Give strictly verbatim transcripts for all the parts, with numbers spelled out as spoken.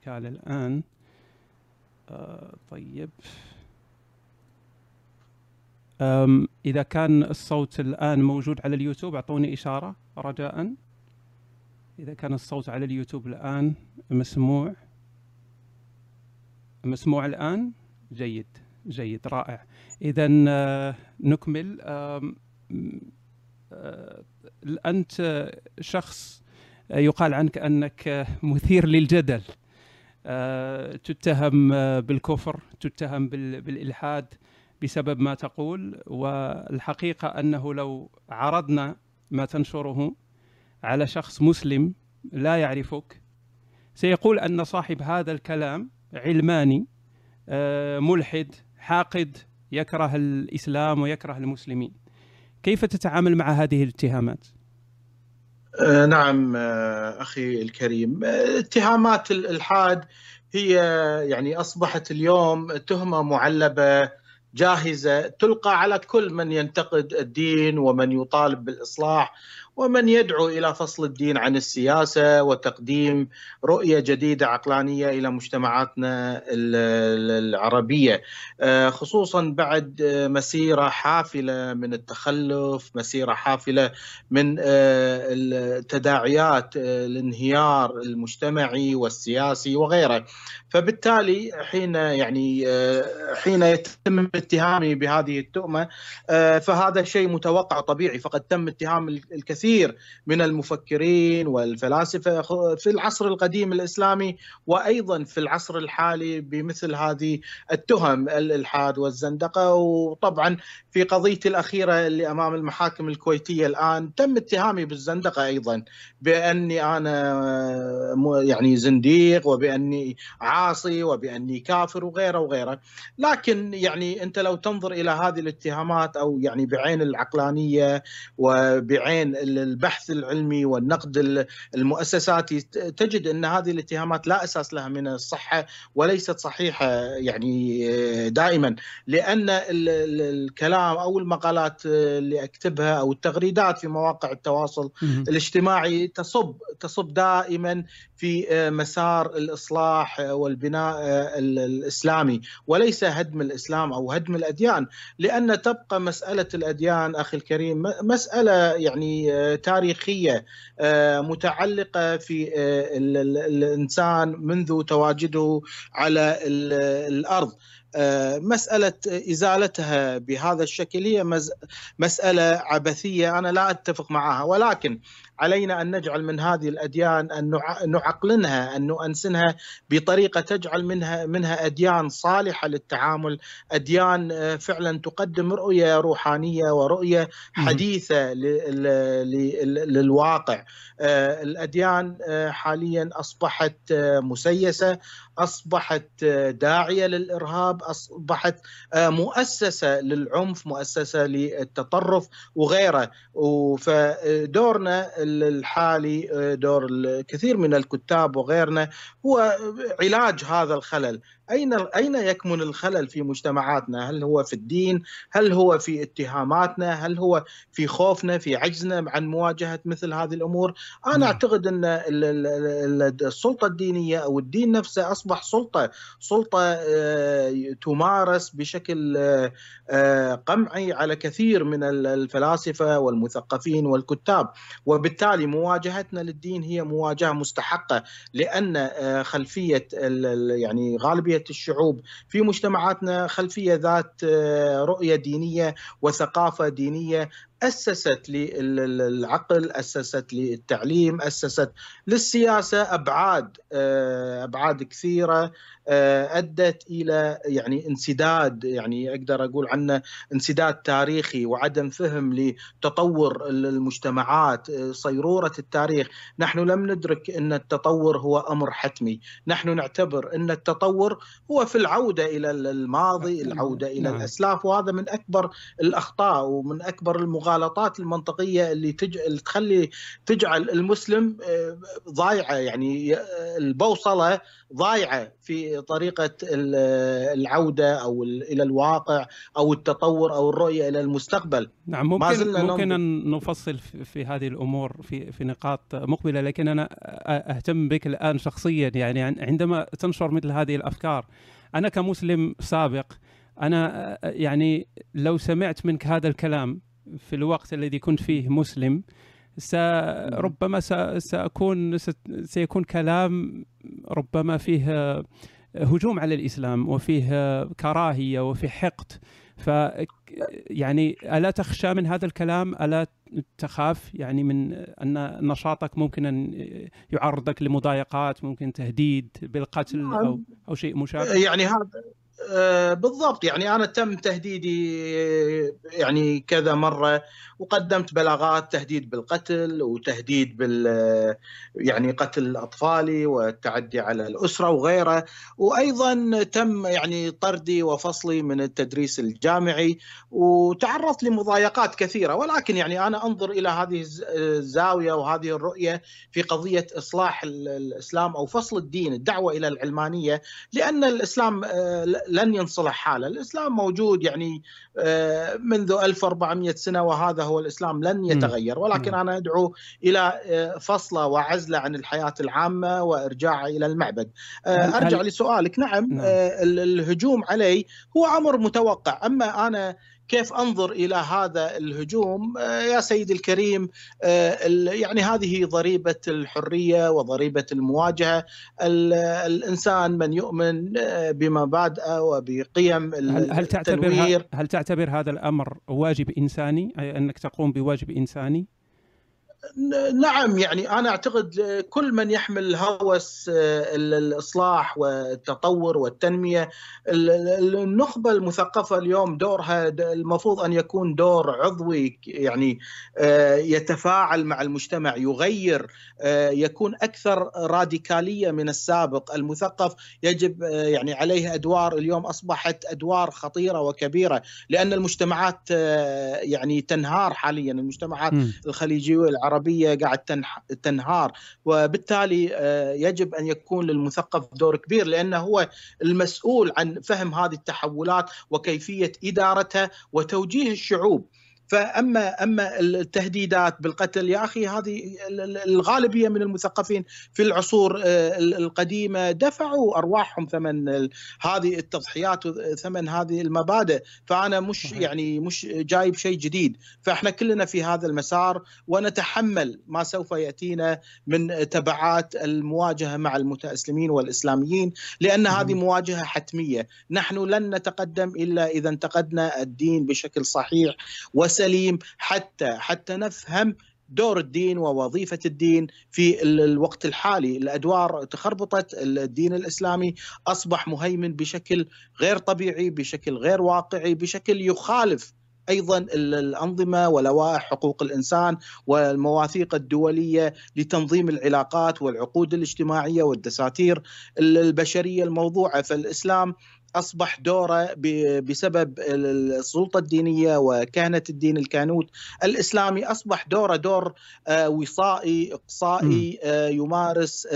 الإشكال الآن. آه طيب، إذا كان الصوت الآن موجود على اليوتيوب أعطوني إشارة رجاءً. إذا كان الصوت على اليوتيوب الآن مسموع مسموع الآن، جيد جيد رائع. إذن نكمل. أنت شخص يقال عنك أنك مثير للجدل، تتهم بالكفر، تتهم بالإلحاد بسبب ما تقول، والحقيقة أنه لو عرضنا ما تنشره على شخص مسلم لا يعرفك سيقول أن صاحب هذا الكلام علماني ملحد حاقد يكره الإسلام ويكره المسلمين. كيف تتعامل مع هذه الاتهامات؟ نعم أخي الكريم، اتهامات الإلحاد هي يعني أصبحت اليوم تهمة معلبة جاهزة تلقى على كل من ينتقد الدين ومن يطالب بالإصلاح ومن يدعو إلى فصل الدين عن السياسة وتقديم رؤية جديدة عقلانية إلى مجتمعاتنا العربية، خصوصا بعد مسيرة حافلة من التخلف، مسيرة حافلة من تداعيات الانهيار المجتمعي والسياسي وغيره. فبالتالي حين يعني حين يتم اتهامي بهذه التهمة فهذا شيء متوقع طبيعي، فقد تم اتهام الكثير من المفكرين والفلاسفة في العصر القديم الإسلامي وأيضا في العصر الحالي بمثل هذه التهم، الإلحاد والزندقة. وطبعا في قضيتي الأخيرة اللي أمام المحاكم الكويتية الآن تم اتهامي بالزندقة أيضا، بأني أنا يعني زنديق وبأني عاصي وبأني كافر وغيره وغيره. لكن يعني أنت لو تنظر إلى هذه الاتهامات أو يعني بعين العقلانية وبعين البحث العلمي والنقد المؤسساتي تجد أن هذه الاتهامات لا أساس لها من الصحة وليست صحيحة يعني دائما، لأن الكلام أو المقالات اللي أكتبها أو التغريدات في مواقع التواصل الاجتماعي تصب تصب دائما في مسار الإصلاح والبناء الإسلامي وليس هدم الإسلام أو هدم الأديان، لأن تبقى مسألة الأديان أخي الكريم مسألة يعني تاريخية متعلقة في الإنسان منذ تواجده على الأرض. مسألة إزالتها بهذا الشكل هي مسألة عبثية أنا لا أتفق معها، ولكن علينا أن نجعل من هذه الأديان أن نعقلنها، أن نؤنسنها بطريقة تجعل منها منها أديان صالحة للتعامل، أديان فعلا تقدم رؤية روحانية ورؤية حديثة للواقع. الأديان حاليا أصبحت مسيسة، أصبحت داعية للإرهاب، أصبحت مؤسسة للعنف، مؤسسة للتطرف وغيره. فدورنا الحالي دور الكثير من الكتاب وغيرنا هو علاج هذا الخلل. أين أين يكمن الخلل في مجتمعاتنا؟ هل هو في الدين؟ هل هو في اتهاماتنا؟ هل هو في خوفنا، في عجزنا عن مواجهة مثل هذه الأمور؟ أنا أعتقد أن السلطة الدينية أو الدين نفسه أصبح سلطة سلطة تمارس بشكل قمعي على كثير من الفلاسفة والمثقفين والكتاب، وبالتالي مواجهتنا للدين هي مواجهة مستحقة، لأن خلفية يعني غالبية الشعوب في مجتمعاتنا خلفية ذات رؤية دينية وثقافة دينية أسست للعقل، أسست للتعليم، أسست للسياسة أبعاد أبعاد كثيرة أدت إلى يعني انسداد، يعني أقدر أقول عنه انسداد تاريخي وعدم فهم لتطور المجتمعات، صيرورة التاريخ. نحن لم ندرك أن التطور هو أمر حتمي، نحن نعتبر أن التطور هو في العودة إلى الماضي، العودة إلى الأسلاف، وهذا من أكبر الأخطاء ومن أكبر المغالطات المغالطات المنطقيه اللي, تج... اللي تخلي تجعل المسلم ضايعه، يعني البوصله ضايعه في طريقه العوده او الى الواقع او التطور او الرؤيه الى المستقبل. نعم، ممكن ممكن ان نفصل في هذه الامور في في نقاط مقبله، لكن انا اهتم بك الان شخصيا. يعني عندما تنشر مثل هذه الافكار، انا كمسلم سابق، انا يعني لو سمعت منك هذا الكلام في الوقت الذي كنت فيه مسلم، ربما سأكون سيكون كلام ربما فيه هجوم على الإسلام وفيه كراهية وفيه حقد. ف يعني ألا تخشى من هذا الكلام؟ ألا تخاف يعني من أن نشاطك ممكن أن يعرضك لمضايقات، ممكن تهديد بالقتل أو أو شيء مشابه؟ يعني هذا آه بالضبط. يعني أنا تم تهديدي يعني كذا مرة، وقدمت بلاغات تهديد بالقتل وتهديد بال يعني قتل أطفالي والتعدي على الأسرة وغيره، وأيضا تم يعني طردي وفصلي من التدريس الجامعي، وتعرضت لمضايقات كثيرة. ولكن يعني أنا أنظر إلى هذه الزاوية وهذه الرؤية في قضية إصلاح الإسلام أو فصل الدين، الدعوة إلى العلمانية، لأن الإسلام لن ينصلح حاله. الإسلام موجود يعني منذ ألف وأربعمئة سنة، وهذا هو الإسلام، لن يتغير. ولكن أنا أدعو إلى فصله وعزله عن الحياة العامة وإرجاعه إلى المعبد. أرجع لسؤالك. نعم, نعم. الهجوم علي هو أمر متوقع. أما أنا كيف أنظر إلى هذا الهجوم يا سيدي الكريم؟ يعني هذه ضريبة الحرية وضريبة المواجهة. الإنسان من يؤمن بمبادئه وبقيم هل, هل التنوير. تعتبر هل تعتبر هذا الأمر واجب إنساني، أي أنك تقوم بواجب إنساني؟ نعم، يعني أنا أعتقد كل من يحمل هوس الإصلاح والتطور والتنمية، النخبة المثقفة اليوم دورها المفروض أن يكون دور عضوي، يعني يتفاعل مع المجتمع، يغير، يكون أكثر راديكالية من السابق. المثقف يجب يعني عليه أدوار اليوم أصبحت أدوار خطيرة وكبيرة، لأن المجتمعات يعني تنهار حاليا. المجتمعات م. الخليجية والعربية قاعد تنهار، وبالتالي يجب أن يكون للمثقف دور كبير، لأنه هو المسؤول عن فهم هذه التحولات وكيفية إدارتها وتوجيه الشعوب. فأما أما التهديدات بالقتل يا أخي، هذه الغالبية من المثقفين في العصور القديمة دفعوا أرواحهم ثمن هذه التضحيات وثمن هذه المبادئ. فأنا مش يعني مش جايب شيء جديد، فإحنا كلنا في هذا المسار ونتحمل ما سوف يأتينا من تبعات المواجهة مع المتأسلمين والإسلاميين، لأن هذه مواجهة حتمية. نحن لن نتقدم إلا إذا انتقدنا الدين بشكل صحيح وسليم، حتى حتى نفهم دور الدين ووظيفة الدين في الوقت الحالي. الأدوار تخربطت، الدين الإسلامي أصبح مهيمن بشكل غير طبيعي، بشكل غير واقعي، بشكل يخالف أيضا الأنظمة ولوائح حقوق الإنسان والمواثيق الدولية لتنظيم العلاقات والعقود الاجتماعية والدساتير البشرية الموضوعة. فالإسلام أصبح دوره بسبب السلطة الدينية وكهنة الدين الكانوت الإسلامي، أصبح دوره دور وصائي إقصائي، يمارس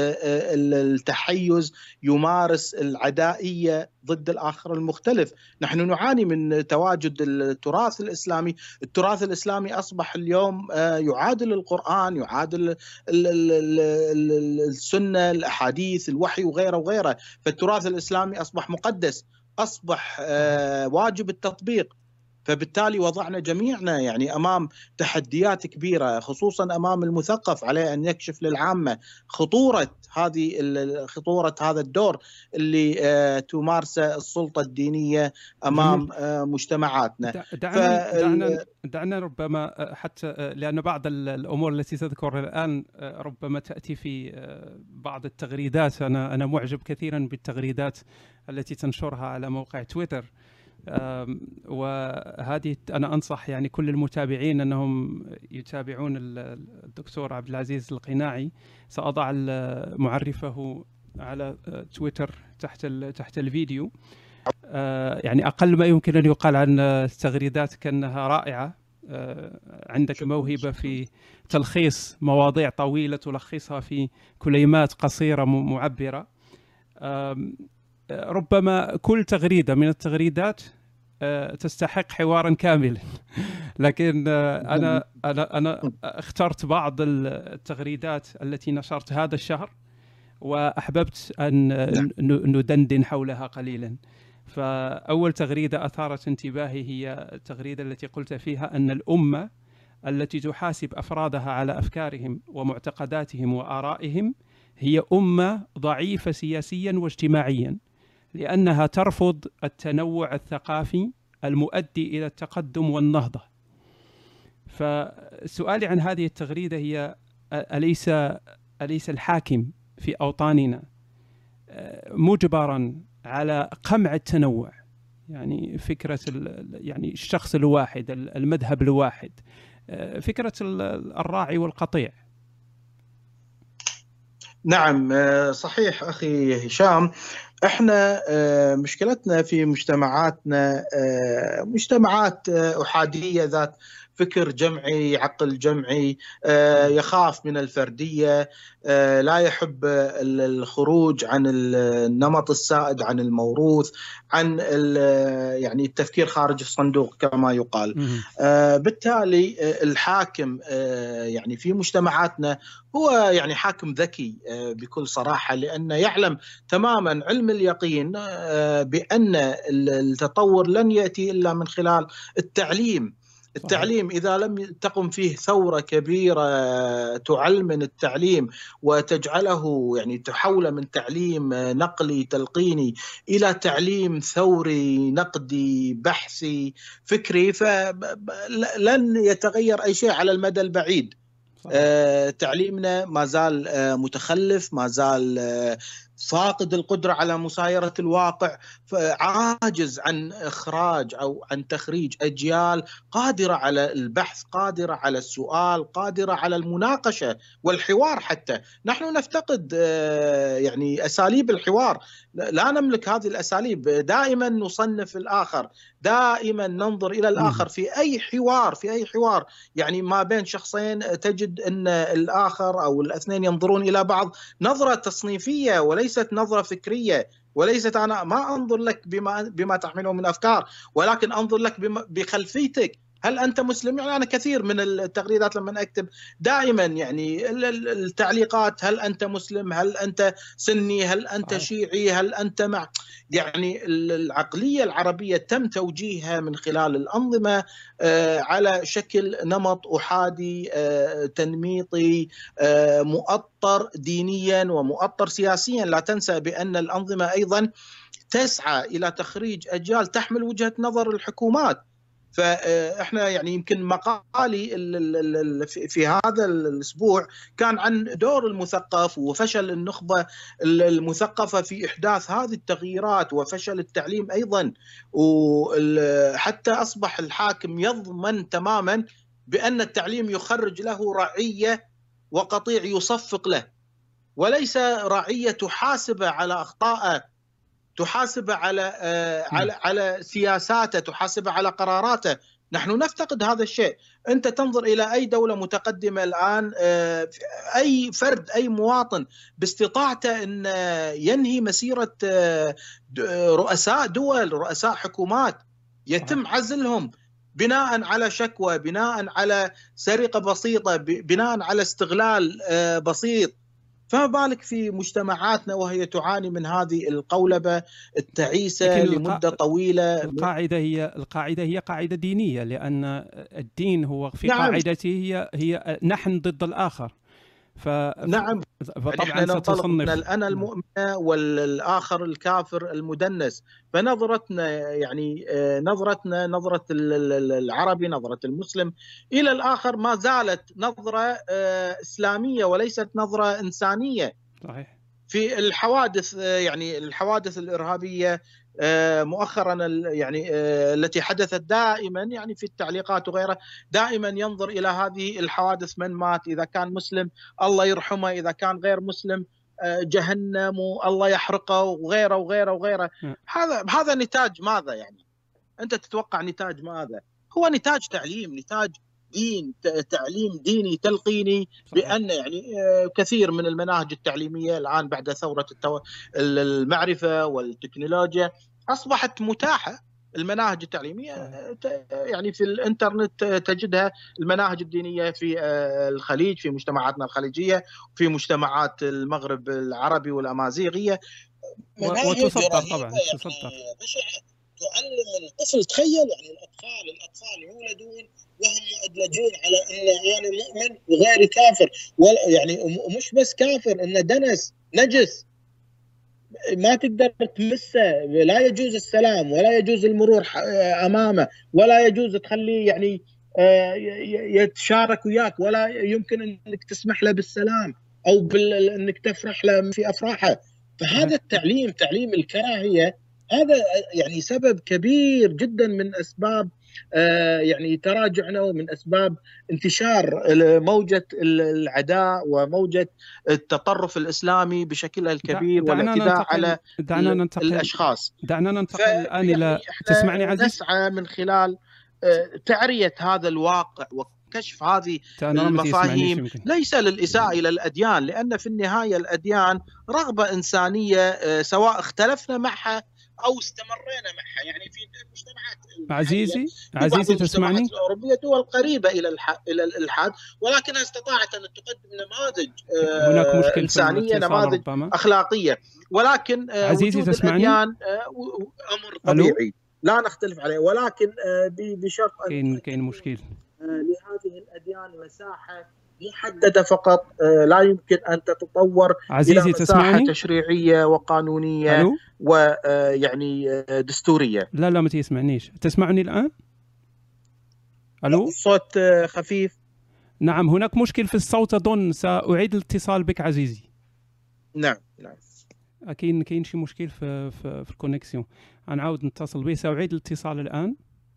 التحيز، يمارس العدائية ضد الآخر المختلف. نحن نعاني من تواجد التراث الإسلامي. التراث الإسلامي أصبح اليوم يعادل القرآن، يعادل السنة، الأحاديث، الوحي وغيره وغيره. فالتراث الإسلامي أصبح مقدس، أصبح واجب التطبيق. فبالتالي وضعنا جميعنا يعني أمام تحديات كبيرة، خصوصا أمام المثقف. عليه أن يكشف للعامة خطورة هذه خطورة هذا الدور اللي تمارسه السلطة الدينية أمام مجتمعاتنا. دعنا, دعنا, دعنا ربما حتى لأن بعض الأمور التي تذكرها الآن ربما تأتي في بعض التغريدات. أنا أنا معجب كثيرا بالتغريدات التي تنشرها على موقع تويتر، وهذه أنا أنصح يعني كل المتابعين أنهم يتابعون الدكتور عبد العزيز القناعي. سأضع معرفه على تويتر تحت تحت الفيديو. يعني أقل ما يمكن أن يقال عن التغريدات كأنها رائعة، عندك موهبة في تلخيص مواضيع طويلة تلخصها في كلمات قصيرة معبرة. ربما كل تغريدة من التغريدات تستحق حوارا كاملا، لكن أنا أنا أنا اخترت بعض التغريدات التي نشرت هذا الشهر وأحببت أن ندندن حولها قليلا. فأول تغريدة أثارت انتباهي هي التغريدة التي قلت فيها أن الأمة التي تحاسب أفرادها على أفكارهم ومعتقداتهم وآرائهم هي أمة ضعيفة سياسيا واجتماعيا، لأنها ترفض التنوع الثقافي المؤدي إلى التقدم والنهضة. فسؤالي عن هذه التغريدة هي أليس أليس الحاكم في أوطاننا مجبرا على قمع التنوع؟ يعني فكرة يعني الشخص الواحد، المذهب الواحد، فكرة الراعي والقطيع. نعم صحيح أخي هشام. احنا مشكلتنا في مجتمعاتنا مجتمعات أحادية ذات فكر جمعي، عقل جمعي، يخاف من الفردية، لا يحب الخروج عن النمط السائد، عن الموروث، عن يعني التفكير خارج الصندوق كما يقال. بالتالي الحاكم يعني في مجتمعاتنا هو يعني حاكم ذكي بكل صراحة، لأنه يعلم تماما علم اليقين بأن التطور لن يأتي إلا من خلال التعليم. التعليم إذا لم تقم فيه ثورة كبيرة تعلمن التعليم وتجعله يعني تحوله من تعليم نقلي تلقيني إلى تعليم ثوري نقدي بحثي فكري، فلن يتغير أي شيء على المدى البعيد. آه، تعليمنا ما زال آه، متخلف، ما زال آه، فاقد القدرة على مسايرة الواقع، عاجز عن إخراج أو عن تخريج أجيال قادرة على البحث، قادرة على السؤال، قادرة على المناقشة والحوار. حتى نحن نفتقد يعني أساليب الحوار، لا نملك هذه الأساليب. دائما نصنف الآخر، دائما ننظر إلى الآخر في أي حوار في أي حوار يعني ما بين شخصين، تجد أن الآخر أو الاثنين ينظرون إلى بعض نظرة تصنيفية وليست نظرة فكرية، وليست أنا ما أنظر لك بما بما تحمله من أفكار، ولكن أنظر لك بخلفيتك. هل أنت مسلم؟ يعني أنا كثير من التغريدات لما أكتب دائما يعني التعليقات، هل أنت مسلم؟ هل أنت سني؟ هل أنت شيعي؟ هل أنت مع؟ يعني العقلية العربية تم توجيهها من خلال الأنظمة على شكل نمط أحادي تنميطي مؤطر دينيا ومؤطر سياسيا. لا تنسى بأن الأنظمة أيضا تسعى إلى تخريج أجيال تحمل وجهة نظر الحكومات. فاحنا يعني يمكن مقالي في هذا الاسبوع كان عن دور المثقف وفشل النخبه المثقفه في احداث هذه التغييرات، وفشل التعليم ايضا، وحتى اصبح الحاكم يضمن تماما بان التعليم يخرج له رعيه وقطيع يصفق له، وليس رعيه تحاسبه على اخطائه، تحاسب على على على سياساته، تحاسب على قراراته. نحن نفتقد هذا الشيء. أنت تنظر إلى أي دولة متقدمة الآن، أي فرد أي مواطن باستطاعته أن ينهي مسيرة رؤساء دول، رؤساء حكومات، يتم عزلهم بناء على شكوى، بناء على سرقة بسيطة، بناء على استغلال بسيط. فما بالك في مجتمعاتنا وهي تعاني من هذه القولبة التعيسة لمدة طويلة. القاعدة هي القاعدة هي قاعدة دينية، لأن الدين هو في نعم. قاعدته هي هي نحن ضد الآخر. ف... نعم فطبعا يعني ستصنف من الأنا المؤمنة والآخر الكافر المدنس. فنظرتنا يعني نظرتنا نظرة العربي، نظرة المسلم إلى الآخر ما زالت نظرة إسلامية وليست نظرة إنسانية. صحيح. في الحوادث يعني الحوادث الإرهابية مؤخرا يعني التي حدثت، دائما يعني في التعليقات وغيره دائما ينظر إلى هذه الحوادث من مات، إذا كان مسلم الله يرحمه، إذا كان غير مسلم جهنم والله يحرقه، وغيره وغيره وغيره. هذا هذا نتاج ماذا؟ يعني أنت تتوقع نتاج ماذا؟ هو نتاج تعليم، نتاج دين، تعليم ديني تلقيني. بأن يعني كثير من المناهج التعليمية الآن بعد ثورة المعرفة والتكنولوجيا أصبحت متاحة. المناهج التعليمية يعني في الإنترنت تجدها، المناهج الدينية في الخليج، في مجتمعاتنا الخليجية، في مجتمعات المغرب العربي والأمازيغية، وتسطر طبعا تسطر تعلم الطفل. تخيل يعني الأطفال الأطفال يولدون وهم مؤدلجون على أن أنا مؤمن وغيري كافر، يعني مش بس كافر، أنه دنس نجس ما تقدر تمسه، لا يجوز السلام ولا يجوز المرور أمامه، ولا يجوز تخليه يعني يتشارك وياك، ولا يمكن أنك تسمح له بالسلام أو أنك تفرح له في أفراحه. فهذا التعليم، تعليم الكراهية، هذا يعني سبب كبير جدا من أسباب يعني تراجعنا، ومن أسباب انتشار موجة العداء وموجة التطرف الإسلامي بشكلها الكبير والاعتداء على دعنا ننتقل الأشخاص. دعنا ننتقل الآن إلى، تسمعني عزيز؟ نسعى من خلال تعرية هذا الواقع وكشف هذه المفاهيم، ليس للإساءة إلى الأديان، لأن في النهاية الأديان رغبة إنسانية سواء اختلفنا معها أو استمرينا معها. يعني في المجتمعات عزيزي عزيزي تسمعني؟ الأوروبية دول قريبة إلى إلى الإلحاد، ولكنها استطاعت أن تقدم نماذج هناك مشكل إنسانية، نماذج ربما. أخلاقية، ولكن عزيزي وجود تسمعني؟ الأديان أمر طبيعي لا نختلف عليه، ولكن بشرط أن كاين مشكل لهذه الأديان مساحة محددة فقط، لا يمكن أن تتطور عزيزي إلى مساحة تسمعني؟ تشريعية وقانونية ويعني دستورية. لا لا ما تسمعنيش، تسمعني الآن؟ ألو؟ الصوت خفيف. نعم هناك مشكل في الصوت أظن، سأعيد الاتصال بك عزيزي. نعم نعم أكيد كاين شي مشكل في في, في الكونيكسيون، غنعاود نتصل به، سأعيد الاتصال الآن.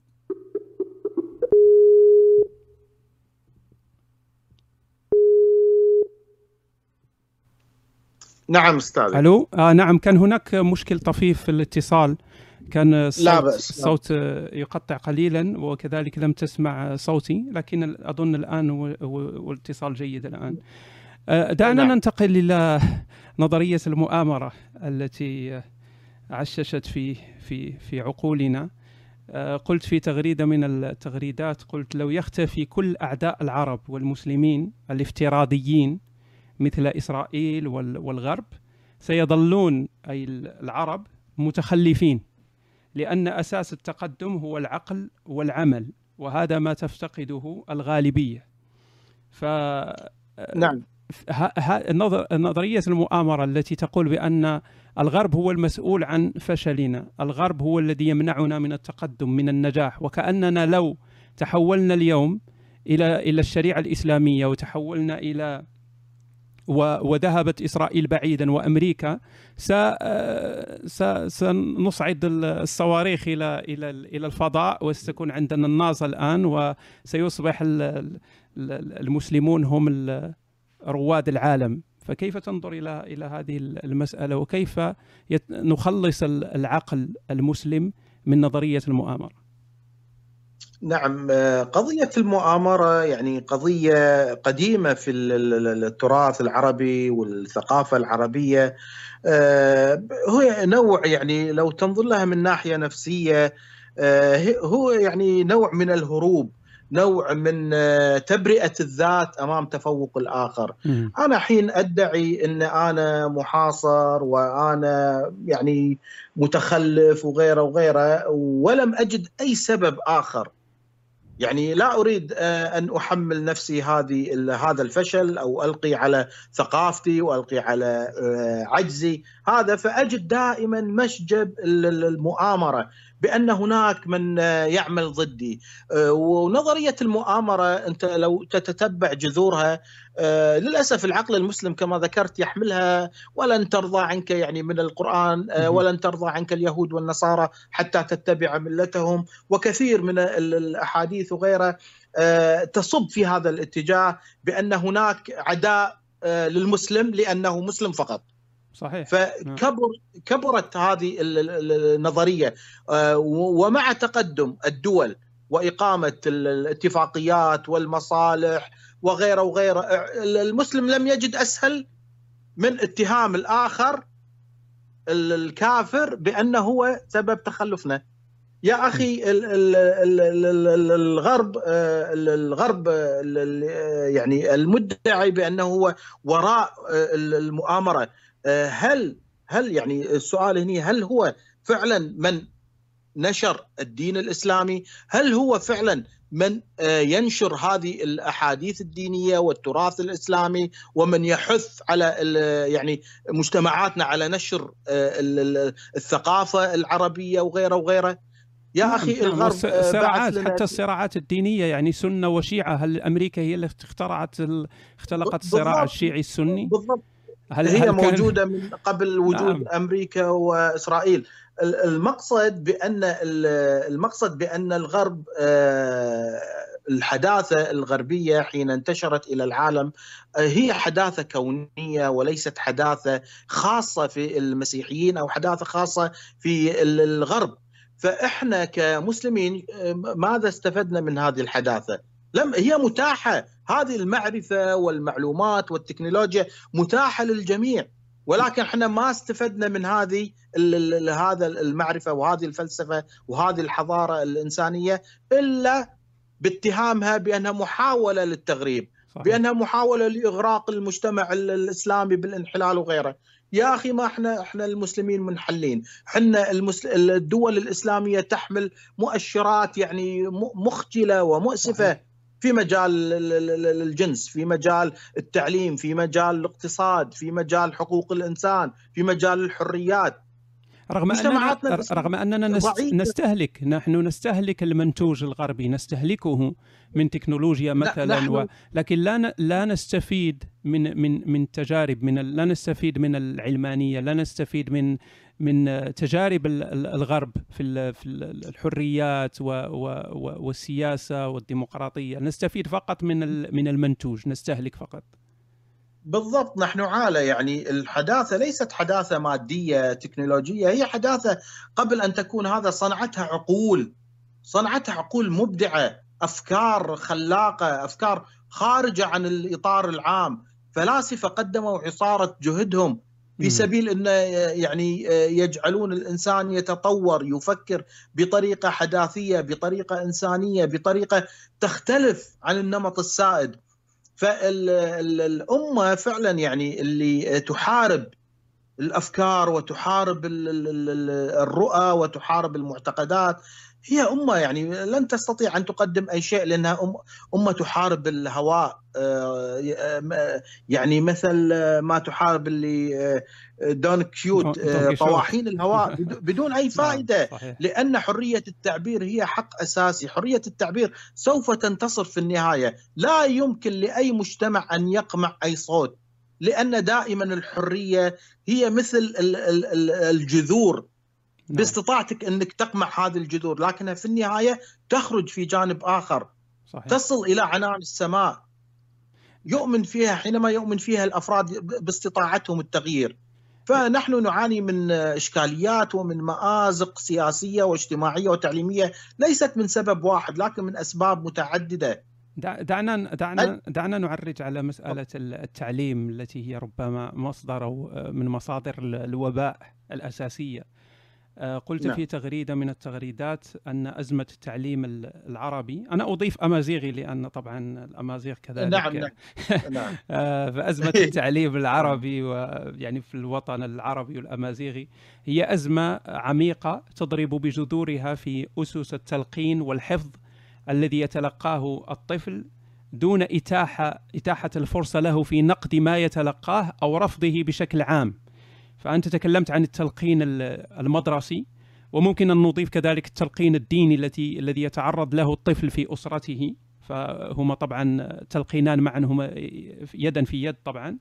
نعم استاذ. الو آه نعم، كان هناك مشكل طفيف في الاتصال، كان الصوت, لا بأس. الصوت يقطع قليلا، وكذلك لم تسمع صوتي، لكن أظن الآن والاتصال جيد الآن. دعنا نعم. ننتقل إلى نظرية المؤامرة التي عششت في في في عقولنا. قلت في تغريدة من التغريدات، قلت لو يختفي كل أعداء العرب والمسلمين الافتراضيين مثل إسرائيل والغرب، سيظلون أي العرب متخلفين، لأن أساس التقدم هو العقل والعمل، وهذا ما تفتقده الغالبية. ف نعم نظرية المؤامرة التي تقول بأن الغرب هو المسؤول عن فشلنا، الغرب هو الذي يمنعنا من التقدم من النجاح، وكأننا لو تحولنا اليوم إلى إلى الشريعة الإسلامية وتحولنا إلى وذهبت إسرائيل بعيدا وأمريكا سنصعد الصواريخ إلى إلى إلى الفضاء، وستكون عندنا النازا الآن، وسيصبح المسلمون هم رواد العالم. فكيف تنظر إلى إلى هذه المسألة، وكيف نخلص العقل المسلم من نظرية المؤامرة؟ نعم، قضية المؤامرة يعني قضية قديمة في التراث العربي والثقافة العربية. هو نوع يعني لو تنظر لها من ناحية نفسية، هو يعني نوع من الهروب، نوع من تبرئة الذات أمام تفوق الآخر. م. أنا حين أدعي أن أنا محاصر وأنا يعني متخلف وغيره وغيره، ولم أجد أي سبب آخر، يعني لا أريد أن أحمل نفسي هذه هذا الفشل أو ألقي على ثقافتي وألقي على عجزي هذا، فأجد دائما مشجب المؤامرة بأن هناك من يعمل ضدي. ونظرية المؤامرة أنت لو تتتبع جذورها، للأسف العقل المسلم كما ذكرت يحملها، ولن ترضى عنك يعني من القرآن، ولن ترضى عنك اليهود والنصارى حتى تتبع ملتهم، وكثير من الأحاديث وغيرها تصب في هذا الاتجاه بأن هناك عداء للمسلم لأنه مسلم فقط. صحيح. فكبر كبرت هذه النظرية، ومع تقدم الدول وإقامة الاتفاقيات والمصالح وغيره وغيره. المسلم لم يجد أسهل من اتهام الآخر الكافر بأنه هو سبب تخلفنا. يا أخي الغرب الغرب يعني المدعي بأنه هو وراء المؤامرة، هل هل يعني السؤال هنا، هل هو فعلا من نشر الدين الإسلامي؟ هل هو فعلا من ينشر هذه الأحاديث الدينية والتراث الإسلامي، ومن يحث على يعني مجتمعاتنا على نشر الثقافة العربية وغيره وغيره؟ يا نعم أخي نعم. الغرب الصراعات حتى الصراعات الدينية، يعني سنة وشيعة، هل أمريكا هي اللي اخترعت اختلقت الصراع الشيعي السني؟ بالضبط. هل هي هل موجودة من قبل وجود نعم. أمريكا وإسرائيل. المقصد بأن المقصد بأن الغرب، الحداثة الغربية حين انتشرت إلى العالم هي حداثة كونية وليست حداثة خاصة في المسيحيين أو حداثة خاصة في الغرب. فإحنا كمسلمين ماذا استفدنا من هذه الحداثة؟ لم هي متاحة، هذه المعرفة والمعلومات والتكنولوجيا متاحة للجميع، ولكن احنا ما استفدنا من هذه هذا المعرفة وهذه الفلسفة وهذه الحضارة الإنسانية إلا باتهامها بأنها محاولة للتغريب، صحيح. بأنها محاولة لإغراق المجتمع الإسلامي بالانحلال وغيره. يا أخي ما احنا احنا المسلمين منحلين، احنا الدول الإسلامية تحمل مؤشرات يعني مخجلة ومؤسفة، صحيح. في مجال الجنس، في مجال التعليم، في مجال الاقتصاد، في مجال حقوق الإنسان، في مجال الحريات. رغم أننا رغم أننا نستهلك نحن نستهلك المنتوج الغربي، نستهلكه من تكنولوجيا مثلا، و... لكن لا لا نستفيد من من من تجارب، من لا نستفيد من العلمانية، لا نستفيد من من تجارب الغرب في في الحريات والسياسة والديمقراطية. نستفيد فقط من من المنتوج، نستهلك فقط. بالضبط. نحن عالة يعني الحداثة ليست حداثة مادية تكنولوجية، هي حداثة قبل أن تكون هذا صنعتها عقول، صنعتها عقول مبدعة، أفكار خلاقة، أفكار خارجة عن الإطار العام، فلاسفة قدموا عصارة جهدهم في سبيل أن يعني يجعلون الإنسان يتطور، يفكر بطريقة حداثية، بطريقة إنسانية، بطريقة تختلف عن النمط السائد. فالأمة فعلا يعني اللي تحارب الأفكار وتحارب الرؤى وتحارب المعتقدات هي أمة يعني لن تستطيع أن تقدم أي شيء، لأنها أمة تحارب الهواء، يعني مثل ما تحارب اللي دون كيوت طواحين الهواء بدون أي فائدة، لأن حرية التعبير هي حق أساسي. حرية التعبير سوف تنتصر في النهاية، لا يمكن لأي مجتمع أن يقمع أي صوت، لأن دائما الحرية هي مثل الجذور، باستطاعتك أنك تقمع هذه الجذور، لكنها في النهاية تخرج في جانب آخر، صحيح. تصل إلى عنان السماء، يؤمن فيها حينما يؤمن فيها الأفراد باستطاعتهم التغيير. فنحن نعاني من إشكاليات ومن مآزق سياسية واجتماعية وتعليمية ليست من سبب واحد، لكن من أسباب متعددة. دعنا دعنا دعنا نعرج على مسألة التعليم التي هي ربما مصدر من مصادر الوباء الأساسية. قلت نعم. في تغريدة من التغريدات أن أزمة التعليم العربي، أنا أضيف أمازيغي لأن طبعا الأمازيغ كذلك نعم نعم. نعم. فأزمة التعليم العربي ويعني في الوطن العربي والأمازيغي هي أزمة عميقة تضرب بجذورها في أسس التلقين والحفظ الذي يتلقاه الطفل دون إتاحة إتاحة الفرصة له في نقد ما يتلقاه أو رفضه بشكل عام. فأنت تكلمت عن التلقين المدرسي، وممكن أن نضيف كذلك التلقين الديني التي الذي يتعرض له الطفل في أسرته، فهما طبعا تلقينان معا، هما يدا في يد طبعا.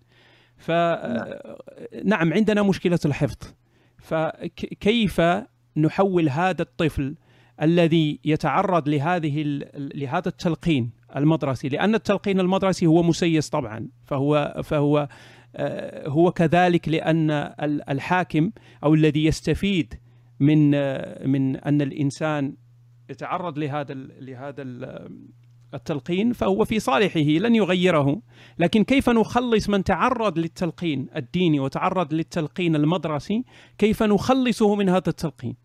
فنعم عندنا مشكلة الحفظ، فكيف نحول هذا الطفل الذي يتعرض لهذه لهذا التلقين المدرسي، لأن التلقين المدرسي هو مسيس طبعا، فهو فهو هو كذلك، لأن الحاكم أو الذي يستفيد من من أن الإنسان يتعرض لهذا لهذا التلقين فهو في صالحه لن يغيره، لكن كيف نخلص من تعرض للتلقين الديني وتعرض للتلقين المدرسي، كيف نخلصه من هذا التلقين؟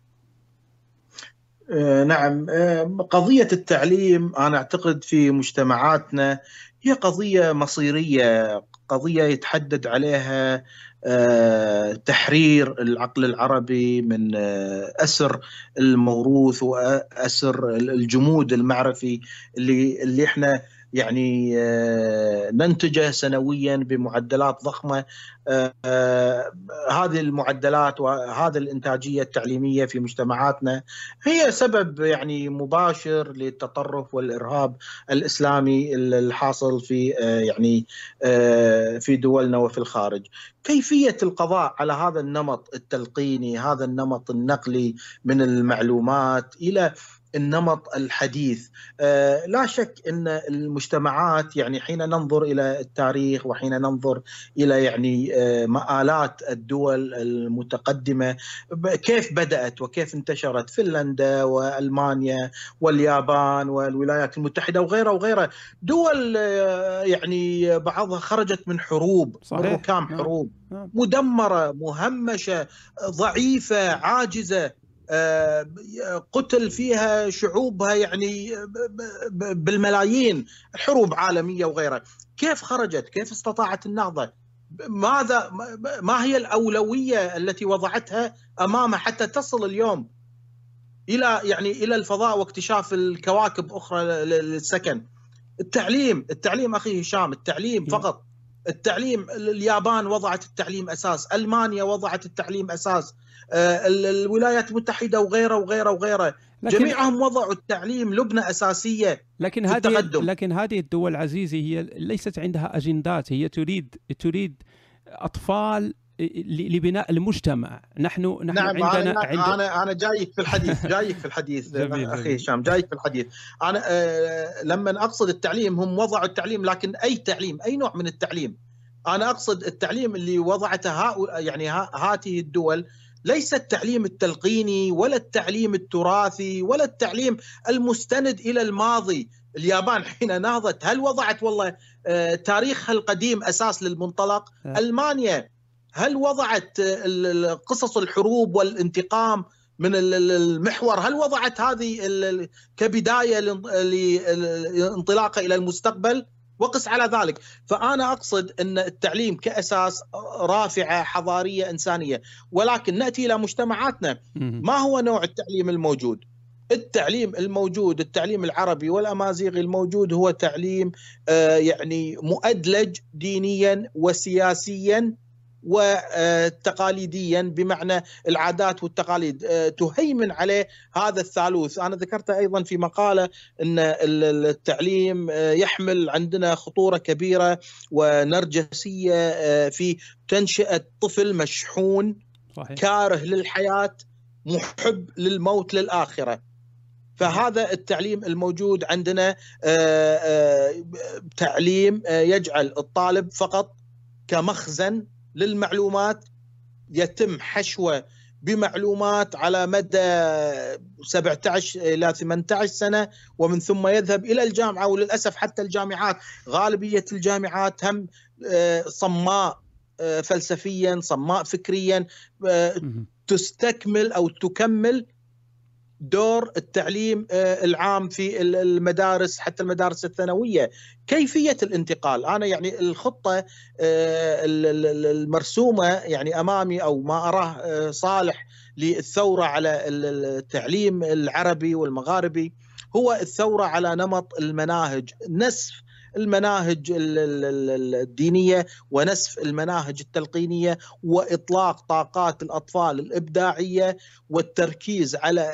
آه نعم، آه قضية التعليم أنا أعتقد في مجتمعاتنا هي قضية مصيرية، قضية يتحدد عليها آه تحرير العقل العربي من آه أسر الموروث وأسر الجمود المعرفي اللي اللي احنا يعني آه ننتجه سنويا بمعدلات ضخمة. آه آه هذه المعدلات وهذا الإنتاجية التعليمية في مجتمعاتنا هي سبب يعني مباشر للتطرف والإرهاب الإسلامي الحاصل في آه يعني آه في دولنا وفي الخارج. كيفية القضاء على هذا النمط التلقيني، هذا النمط النقلي من المعلومات إلى النمط الحديث، آه لا شك أن المجتمعات يعني حين ننظر إلى التاريخ وحين ننظر إلى يعني آه مآلات الدول المتقدمة كيف بدأت وكيف انتشرت، فنلندا وألمانيا واليابان والولايات المتحدة وغيرها وغيرها، دول آه يعني بعضها خرجت من حروب، من ركام حروب مدمرة مهمشة ضعيفة عاجزة، قتل فيها شعوبها يعني بالملايين، حروب عالمية وغيرها. كيف خرجت؟ كيف استطاعت النهضة؟ ماذا ما هي الأولوية التي وضعتها أمامها حتى تصل اليوم إلى يعني إلى الفضاء واكتشاف الكواكب أخرى للسكن؟ التعليم، التعليم أخي هشام، التعليم فقط. التعليم، اليابان وضعت التعليم أساس، ألمانيا وضعت التعليم أساس، الولايات المتحدة وغيرها وغيرها وغيرها، جميعهم وضعوا التعليم لبنة أساسية لكن في هذه التقدم. لكن هذه الدول عزيزي هي ليست عندها أجندات، هي تريد تريد أطفال لبناء المجتمع. نحن نحن نعم، عندنا أنا عند... أنا أنا جايك في الحديث جايك في الحديث أخي هشام، جايك في الحديث. أنا آه لما أقصد التعليم هم وضعوا التعليم، لكن أي تعليم، أي نوع من التعليم؟ أنا أقصد التعليم اللي وضعته ها يعني ها هذه الدول، ليس التعليم التلقيني ولا التعليم التراثي ولا التعليم المستند إلى الماضي. اليابان حين نهضت هل وضعت والله آه تاريخها القديم أساس للمنطلق؟ ها. ألمانيا هل وضعت قصص الحروب والانتقام من المحور؟ هل وضعت هذه كبداية لانطلاقة إلى المستقبل؟ وقس على ذلك. فأنا أقصد أن التعليم كأساس رافعة حضارية إنسانية، ولكن نأتي إلى مجتمعاتنا، ما هو نوع التعليم الموجود؟ التعليم الموجود، التعليم العربي والأمازيغي الموجود هو تعليم آه يعني مؤدلج دينيا وسياسيا وتقاليديا، بمعنى العادات والتقاليد تهيمن عليه هذا الثالوث. أنا ذكرت أيضا في مقالة أن التعليم يحمل عندنا خطورة كبيرة ونرجسية في تنشئة طفل مشحون صحيح. كاره للحياة، محب للموت للآخرة. فهذا التعليم الموجود عندنا تعليم يجعل الطالب فقط كمخزن للمعلومات، يتم حشوه بمعلومات على مدى سبعة عشر إلى ثمانية عشر سنة، ومن ثم يذهب إلى الجامعة. وللأسف حتى الجامعات، غالبية الجامعات هم صماء فلسفيا، صماء فكريا، تستكمل أو تكمل دور التعليم العام في المدارس، حتى المدارس الثانوية. كيفية الانتقال، أنا يعني الخطة المرسومة يعني أمامي أو ما أراه صالح للثورة على التعليم العربي والمغاربي هو الثورة على نمط المناهج، نسف المناهج الدينية ونسف المناهج التلقينية، وإطلاق طاقات الأطفال الإبداعية، والتركيز على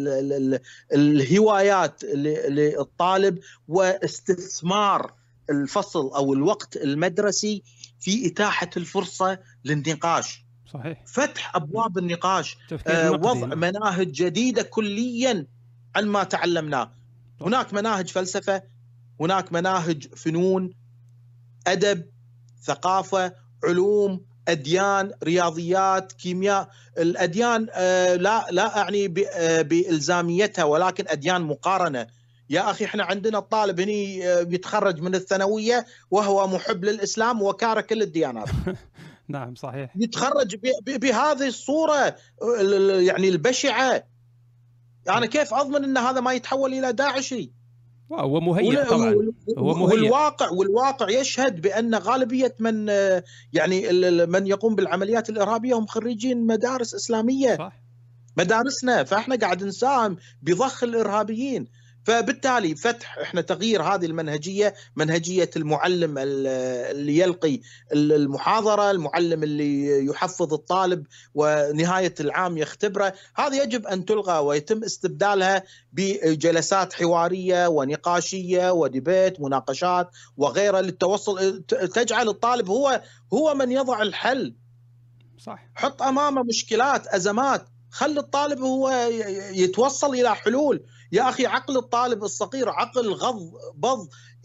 الهوايات للطالب، واستثمار الفصل أو الوقت المدرسي في إتاحة الفرصة للنقاش. صحيح. فتح أبواب النقاش، آه، وضع مناهج جديدة كليا عن ما تعلمناه. هناك مناهج فلسفة، هناك مناهج فنون، أدب، ثقافة، علوم، أديان، رياضيات، كيمياء. الأديان لا لا أعني بإلزاميتها، ولكن أديان مقارنة. يا أخي إحنا عندنا الطالب هني بيتخرج من الثانوية وهو محب للإسلام وكاره كل الديانات. نعم صحيح. يتخرج بهذه الصورة يعني البشعة. أنا كيف أضمن أن هذا ما يتحول إلى داعشي؟ هو مهيئ طبعا. هو مهيئ. والواقع والواقع يشهد بأن غالبية من يعني من يقوم بالعمليات الإرهابية هم خريجين مدارس إسلامية. صح. مدارسنا، فإحنا قاعد نساهم بضخ الإرهابيين. فبالتالي فتح احنا تغيير هذه المنهجيه، منهجيه المعلم اللي يلقي المحاضره، المعلم اللي يحفظ الطالب ونهايه العام يختبره، هذه يجب ان تلغى ويتم استبدالها بجلسات حواريه ونقاشيه وديبيت، مناقشات وغيرها للتوصل، تجعل الطالب هو هو من يضع الحل. صح. حط امامه مشكلات، ازمات، خلي الطالب هو يتوصل الى حلول. يا أخي عقل الطالب الصغير عقل غض بض،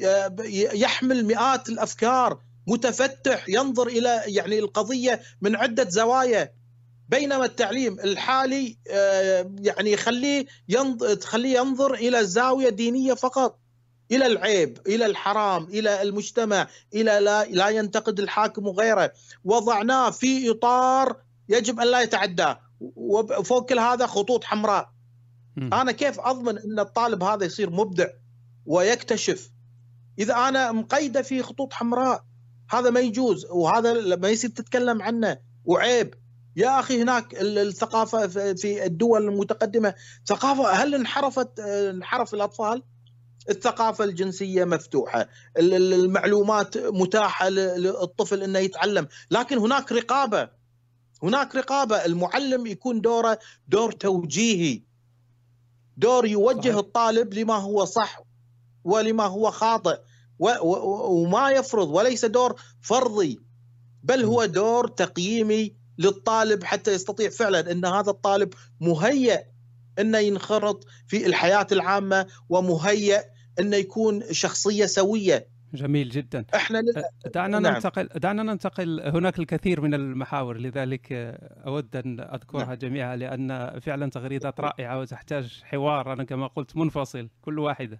يحمل مئات الأفكار، متفتح، ينظر إلى يعني القضية من عدة زوايا. بينما التعليم الحالي يعني يخليه ينظر تخليه ينظر إلى زاوية دينية فقط، إلى العيب، إلى الحرام، إلى المجتمع، إلى لا لا ينتقد الحاكم وغيره. وضعناه في إطار يجب أن لا يتعداه، وفوق كل هذا خطوط حمراء. أنا كيف أضمن أن الطالب هذا يصير مبدع ويكتشف إذا أنا مقيدة في خطوط حمراء؟ هذا ما يجوز، وهذا ما يصير تتكلم عنه، وعيب. يا أخي هناك الثقافة في الدول المتقدمة ثقافة، هل انحرفت انحرف الأطفال؟ الثقافة الجنسية مفتوحة، المعلومات متاحة للطفل أنه يتعلم، لكن هناك رقابة، هناك رقابة. المعلم يكون دوره دور توجيهي، دور يوجه صحيح. الطالب لما هو صح ولما هو خاطئ، وما يفرض، وليس دور فرضي، بل هو دور تقييمي للطالب حتى يستطيع فعلا أن هذا الطالب مهيئ أنه ينخرط في الحياة العامة، ومهيئ أنه يكون شخصية سوية. جميل جدا. احنا ل... دعنا نعم. ننتقل دعنا ننتقل هناك الكثير من المحاور، لذلك أود أن أذكرها نعم. جميعا، لأن فعلا تغريدات رائعة وتحتاج حوار، أنا كما قلت منفصل كل واحدة.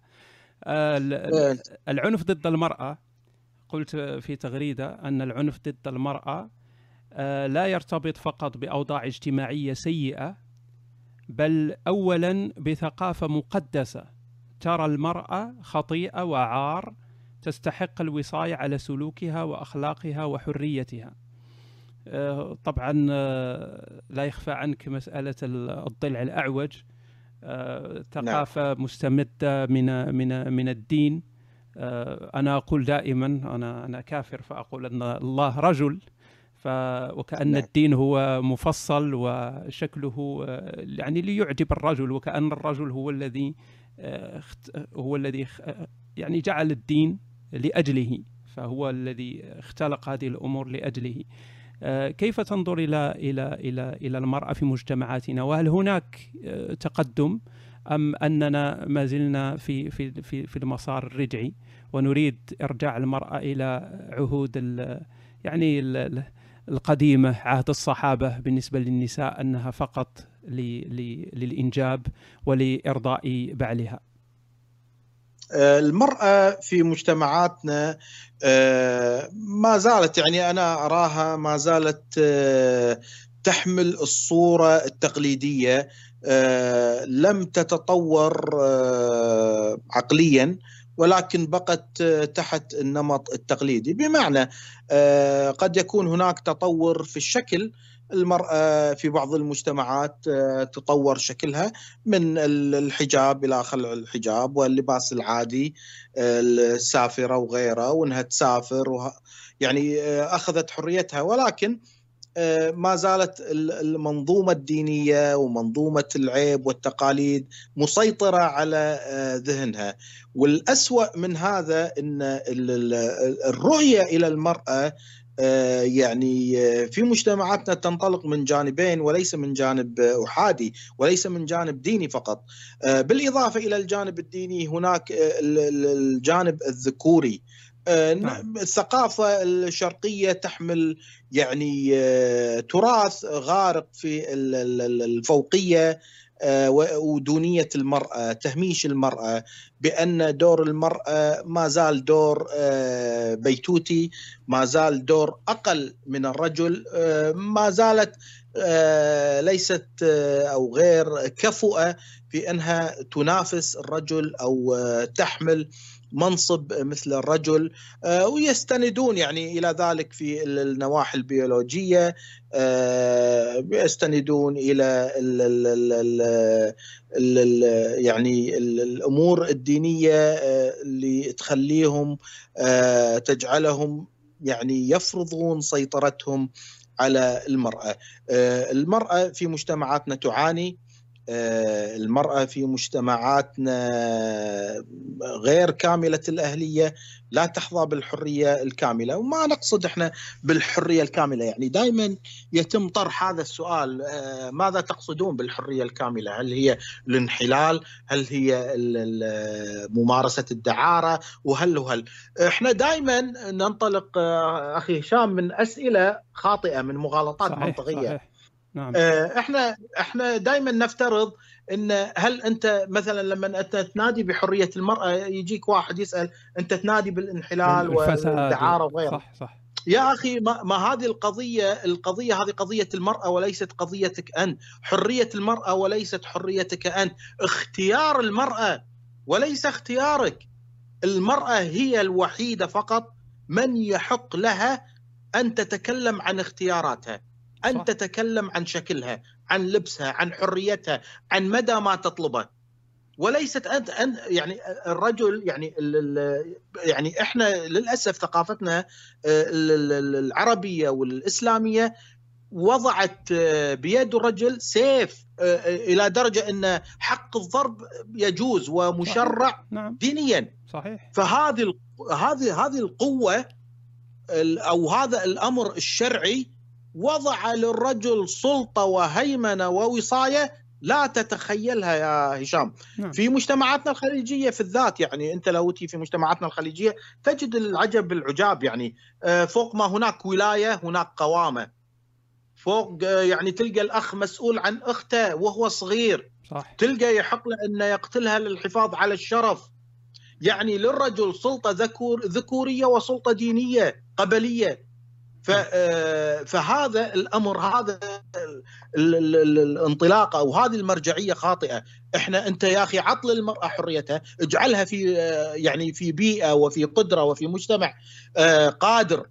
العنف ضد المرأة، قلت في تغريدة أن العنف ضد المرأة لا يرتبط فقط بأوضاع اجتماعية سيئة، بل أولا بثقافة مقدسة ترى المرأة خطيئة وعار تستحق الوصاية على سلوكها وأخلاقها وحريتها. طبعا لا يخفى عنك مسألة الضلع الأعوج، ثقافة مستمدة من من من الدين. أنا أقول دائما، أنا أنا كافر فأقول أن الله رجل، وكأن الدين هو مفصل وشكله يعني ليعجب الرجل، وكأن الرجل هو الذي هو الذي يعني جعل الدين لأجله، فهو الذي اختلق هذه الأمور لأجله. كيف تنظر إلى إلى إلى إلى المرأة في مجتمعاتنا؟ وهل هناك تقدم أم أننا ما زلنا في في في في المسار الرجعي ونريد إرجاع المرأة إلى عهود يعني القديمة، عهد الصحابة بالنسبة للنساء، أنها فقط للإنجاب ولإرضاء بعلها؟ المرأة في مجتمعاتنا ما زالت، يعني أنا أراها ما زالت تحمل الصورة التقليدية، لم تتطور عقليا، ولكن بقت تحت النمط التقليدي. بمعنى قد يكون هناك تطور في الشكل، المرأة في بعض المجتمعات تطور شكلها من الحجاب إلى خلع الحجاب واللباس العادي، السافرة وغيرها، وأنها تسافر وه... يعني أخذت حريتها، ولكن ما زالت المنظومة الدينية ومنظومة العيب والتقاليد مسيطرة على ذهنها. والأسوأ من هذا أن الرؤية إلى المرأة يعني في مجتمعاتنا تنطلق من جانبين، وليس من جانب أحادي، وليس من جانب ديني فقط. بالإضافة إلى الجانب الديني هناك الجانب الذكوري، نعم. الثقافة الشرقية تحمل يعني تراث غارق في الفوقية ودونية المرأة، تهميش المرأة، بأن دور المرأة ما زال دور بيتوتي، ما زال دور أقل من الرجل، ما زالت ليست أو غير كفؤة في أنها تنافس الرجل أو تحمل منصب مثل الرجل، ويستندون يعني إلى ذلك في النواحي البيولوجية، يستندون إلى ال ال ال ال يعني الأمور الدينية اللي تخليهم تجعلهم يعني يفرضون سيطرتهم على المرأة. المرأة في مجتمعاتنا تعاني، المرأة في مجتمعاتنا غير كاملة الأهلية، لا تحظى بالحرية الكاملة. وما نقصد احنا بالحرية الكاملة، يعني دائما يتم طرح هذا السؤال، ماذا تقصدون بالحرية الكاملة؟ هل هي الانحلال؟ هل هي ممارسة الدعارة؟ وهل وهل احنا دائما ننطلق أخي هشام من أسئلة خاطئة، من مغالطات صحيح منطقية. صحيح. نعم. احنا احنا دائما نفترض ان هل انت مثلا لما انت تنادي بحريه المراه يجيك واحد يسال انت تنادي بالانحلال والدعاره وغيره. صح صح. يا اخي ما, ما هذه القضيه، القضيه هذه قضيه المراه وليست قضيتك انت، حريه المراه وليست حريتك انت، اختيار المراه وليس اختيارك. المراه هي الوحيده فقط من يحق لها ان تتكلم عن اختياراتها، أن صح. تتكلم عن شكلها، عن لبسها، عن حريتها، عن مدى ما تطلبه، وليست أنت, أنت يعني الرجل. يعني يعني إحنا للأسف ثقافتنا العربية والإسلامية وضعت بيد الرجل سيف إلى درجة أن حق الضرب يجوز ومشرع صحيح. نعم. دينيا. صحيح. فهذه هذه هذه القوة أو هذا الأمر الشرعي وضع للرجل سلطة وهيمنة ووصاية لا تتخيلها يا هشام. نعم. في مجتمعاتنا الخليجية في الذات، يعني أنت لو تي في مجتمعاتنا الخليجية تجد العجب بالعجاب، يعني فوق ما هناك ولاية هناك قوامة، فوق يعني تلقى الأخ مسؤول عن أخته وهو صغير، صح. تلقى يحق له أن يقتلها للحفاظ على الشرف. يعني للرجل سلطة ذكور ذكورية وسلطة دينية قبلية. فهذا الأمر، هذا الانطلاقة أو هذه المرجعية خاطئة. إحنا أنت يا أخي عطل المرأة حريتها، اجعلها في يعني في بيئة وفي قدرة وفي مجتمع قادر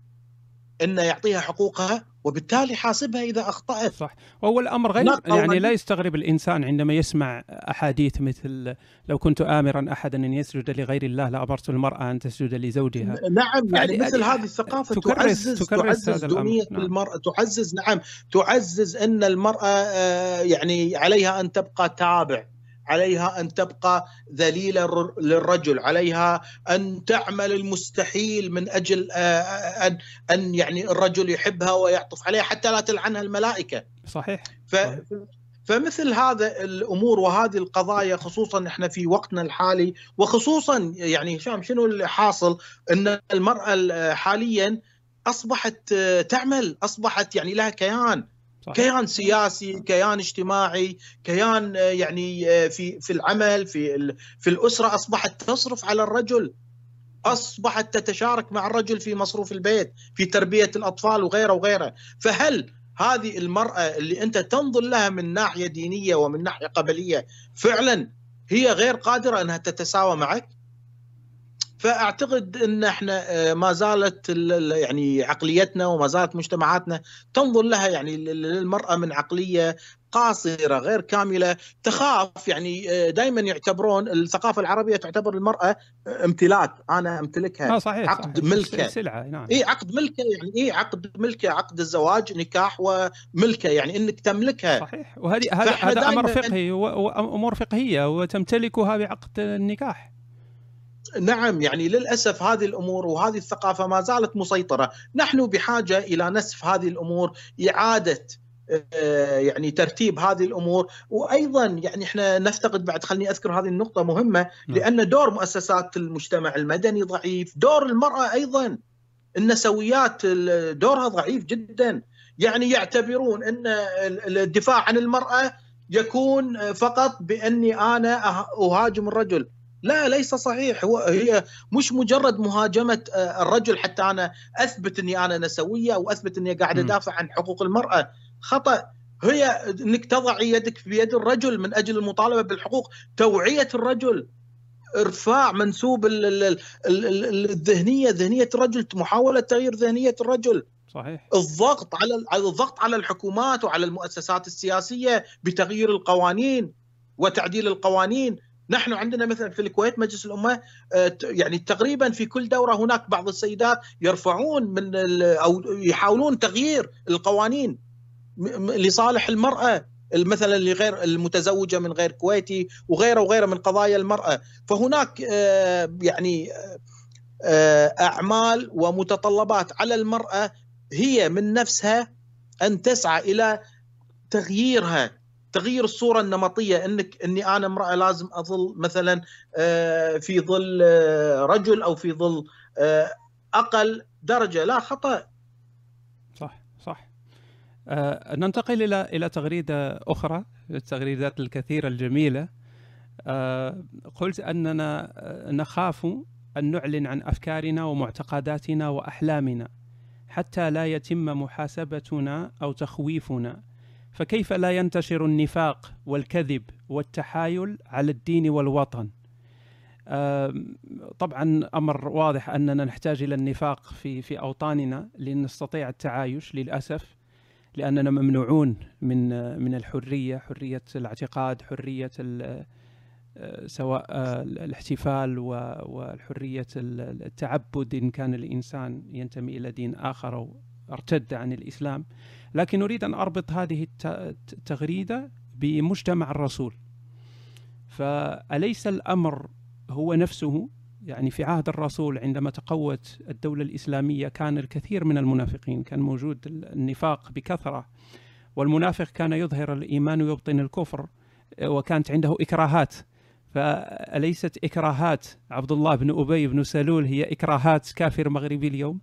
أن يعطيها حقوقها، وبالتالي حاسبها إذا أخطأت. صح. وهو الأمر غير يعني لا يستغرب الإنسان عندما يسمع أحاديث مثل لو كنت آمرا أحدا أن يسجد لغير الله لأمرت المرأة أن تسجد لزوجها. نعم، يعني مثل هذه الثقافة تكرس تعزز تكرس تعزز دونية نعم. المرأة، تعزز نعم تعزز أن المرأة يعني عليها أن تبقى تابع، عليها أن تبقى ذليلة للرجل، عليها أن تعمل المستحيل من أجل أن أن يعني الرجل يحبها ويعطف عليها حتى لا تلعنها الملائكة. صحيح. ف فمثل هذا الأمور وهذه القضايا، خصوصا إحنا في وقتنا الحالي، وخصوصا يعني هشام شنو اللي حاصل، أن المرأة حاليا أصبحت تعمل، أصبحت يعني لها كيان، صحيح. كيان سياسي، كيان اجتماعي، كيان يعني في في العمل، في في الأسرة، أصبحت تصرف على الرجل، أصبحت تتشارك مع الرجل في مصروف البيت، في تربية الأطفال وغيره وغيره. فهل هذه المرأة اللي أنت تنظر لها من ناحية دينية ومن ناحية قبلية فعلا هي غير قادرة أنها تتساوى معك؟ فأعتقد أن احنا ما زالت يعني عقليتنا وما زالت مجتمعاتنا تنظر لها يعني للمرأة من عقلية قاصرة غير كاملة، تخاف. يعني دائما يعتبرون الثقافة العربية تعتبر المرأة امتلاك، أنا أمتلكها. آه صحيح. عقد ملكة، سلعة. نعم. إيه عقد ملكة، يعني إيه عقد ملكة، عقد الزواج نكاح وملكة، يعني إنك تملكها. صحيح. وهذه هذا هذا أمر فقهي وأمور فقهية وتمتلكها بعقد النكاح. نعم، يعني للأسف هذه الأمور وهذه الثقافة ما زالت مسيطرة. نحن بحاجة إلى نسف هذه الأمور، إعادة يعني ترتيب هذه الأمور. وأيضا يعني إحنا نفتقد بعد، خلني أذكر هذه النقطة مهمة، لأن دور مؤسسات المجتمع المدني ضعيف، دور المرأة أيضا النسويات دورها ضعيف جدا. يعني يعتبرون أن الدفاع عن المرأة يكون فقط بأني أنا أهاجم الرجل. لا، ليس صحيح. هو هي مش مجرد مهاجمة الرجل حتى أنا أثبت أني أنا نسوية أو أثبت أني قاعد أدافع عن حقوق المرأة. خطأ. هي أنك تضعي يدك في يد الرجل من أجل المطالبة بالحقوق، توعية الرجل، ارفاع منسوب الذهنية ذهنية الرجل، محاولة تغيير ذهنية الرجل. صحيح. الضغط على الضغط على الحكومات وعلى المؤسسات السياسية بتغيير القوانين وتعديل القوانين. نحن عندنا مثلا في الكويت مجلس الأمة، يعني تقريبا في كل دورة هناك بعض السيدات يرفعون من أو يحاولون تغيير القوانين لصالح المرأة، مثلا لغير المتزوجة من غير كويتي وغيره وغيره من قضايا المرأة. فهناك يعني أعمال ومتطلبات على المرأة هي من نفسها أن تسعى إلى تغييرها، تغيير الصورة النمطية، انك اني انا امرأة لازم اظل مثلا في ظل رجل او في ظل اقل درجة. لا، خطأ. صح صح. آه ننتقل الى الى تغريدة اخرى، التغريدات الكثيرة الجميلة. آه قلت اننا نخاف ان نعلن عن افكارنا ومعتقداتنا واحلامنا حتى لا يتم محاسبتنا او تخويفنا، فكيف لا ينتشر النفاق والكذب والتحايل على الدين والوطن؟ طبعا أمر واضح أننا نحتاج إلى النفاق في في أوطاننا لنستطيع التعايش، للأسف، لأننا ممنوعون من من الحرية، حرية الاعتقاد، حرية سواء الاحتفال والحرية التعبد إن كان الإنسان ينتمي إلى دين آخر أو ارتد عن الإسلام. لكن أريد أن أربط هذه التغريدة بمجتمع الرسول. فأليس الأمر هو نفسه؟ يعني في عهد الرسول عندما تقوت الدولة الإسلامية كان الكثير من المنافقين، كان موجود النفاق بكثرة، والمنافق كان يظهر الإيمان ويبطن الكفر، وكانت عنده إكراهات. فأليست إكراهات عبد الله بن أبي بن سلول هي إكراهات كافر مغربي اليوم؟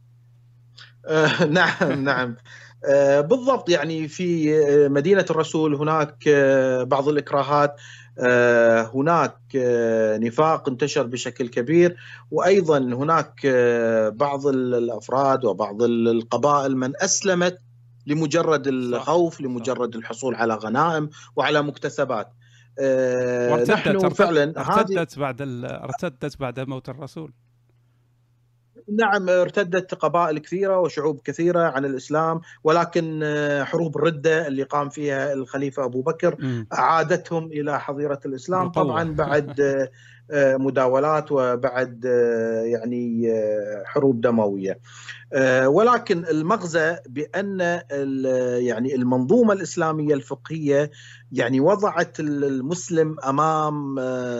آه نعم نعم آه بالضبط. يعني في مدينة الرسول هناك آه بعض الإكراهات، آه هناك آه نفاق انتشر بشكل كبير، وأيضا هناك آه بعض الأفراد وبعض القبائل من أسلمت لمجرد الخوف، لمجرد الحصول على غنائم وعلى مكتسبات. آه وارتدت نحن فعلا ارتدت بعد ارتدت بعد موت الرسول. نعم، ارتدت قبائل كثيرة وشعوب كثيرة عن الإسلام، ولكن حروب الردة اللي قام فيها الخليفة أبو بكر م. أعادتهم إلى حظيرة الإسلام بالقوة. طبعا بعد مداولات وبعد يعني حروب دموية. ولكن المغزى بأن يعني المنظومة الإسلامية الفقهية يعني وضعت المسلم أمام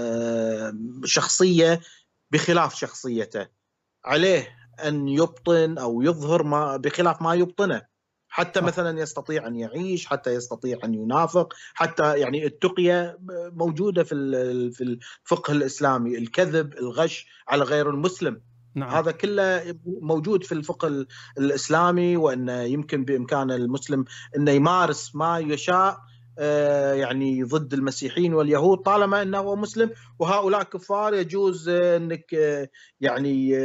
شخصية بخلاف شخصيته، عليه أن يبطن أو يظهر ما بخلاف ما يبطنه، حتى صح. مثلا يستطيع أن يعيش، حتى يستطيع أن ينافق، حتى يعني التقية موجودة في في الفقه الإسلامي، الكذب، الغش على غير المسلم. نعم. هذا كله موجود في الفقه الإسلامي، وأن يمكن بإمكان المسلم أن يمارس ما يشاء يعني ضد المسيحيين واليهود طالما أنه مسلم، وهؤلاء كفار يجوز أنك يعني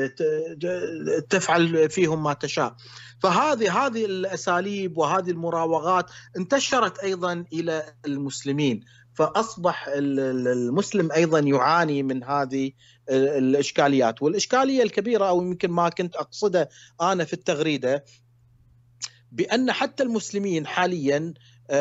تفعل فيهم ما تشاء. فهذه هذه الأساليب وهذه المراوغات انتشرت أيضا إلى المسلمين، فأصبح المسلم أيضا يعاني من هذه الإشكاليات. والإشكالية الكبيرة، أو يمكن ما كنت أقصده أنا في التغريدة، بأن حتى المسلمين حاليا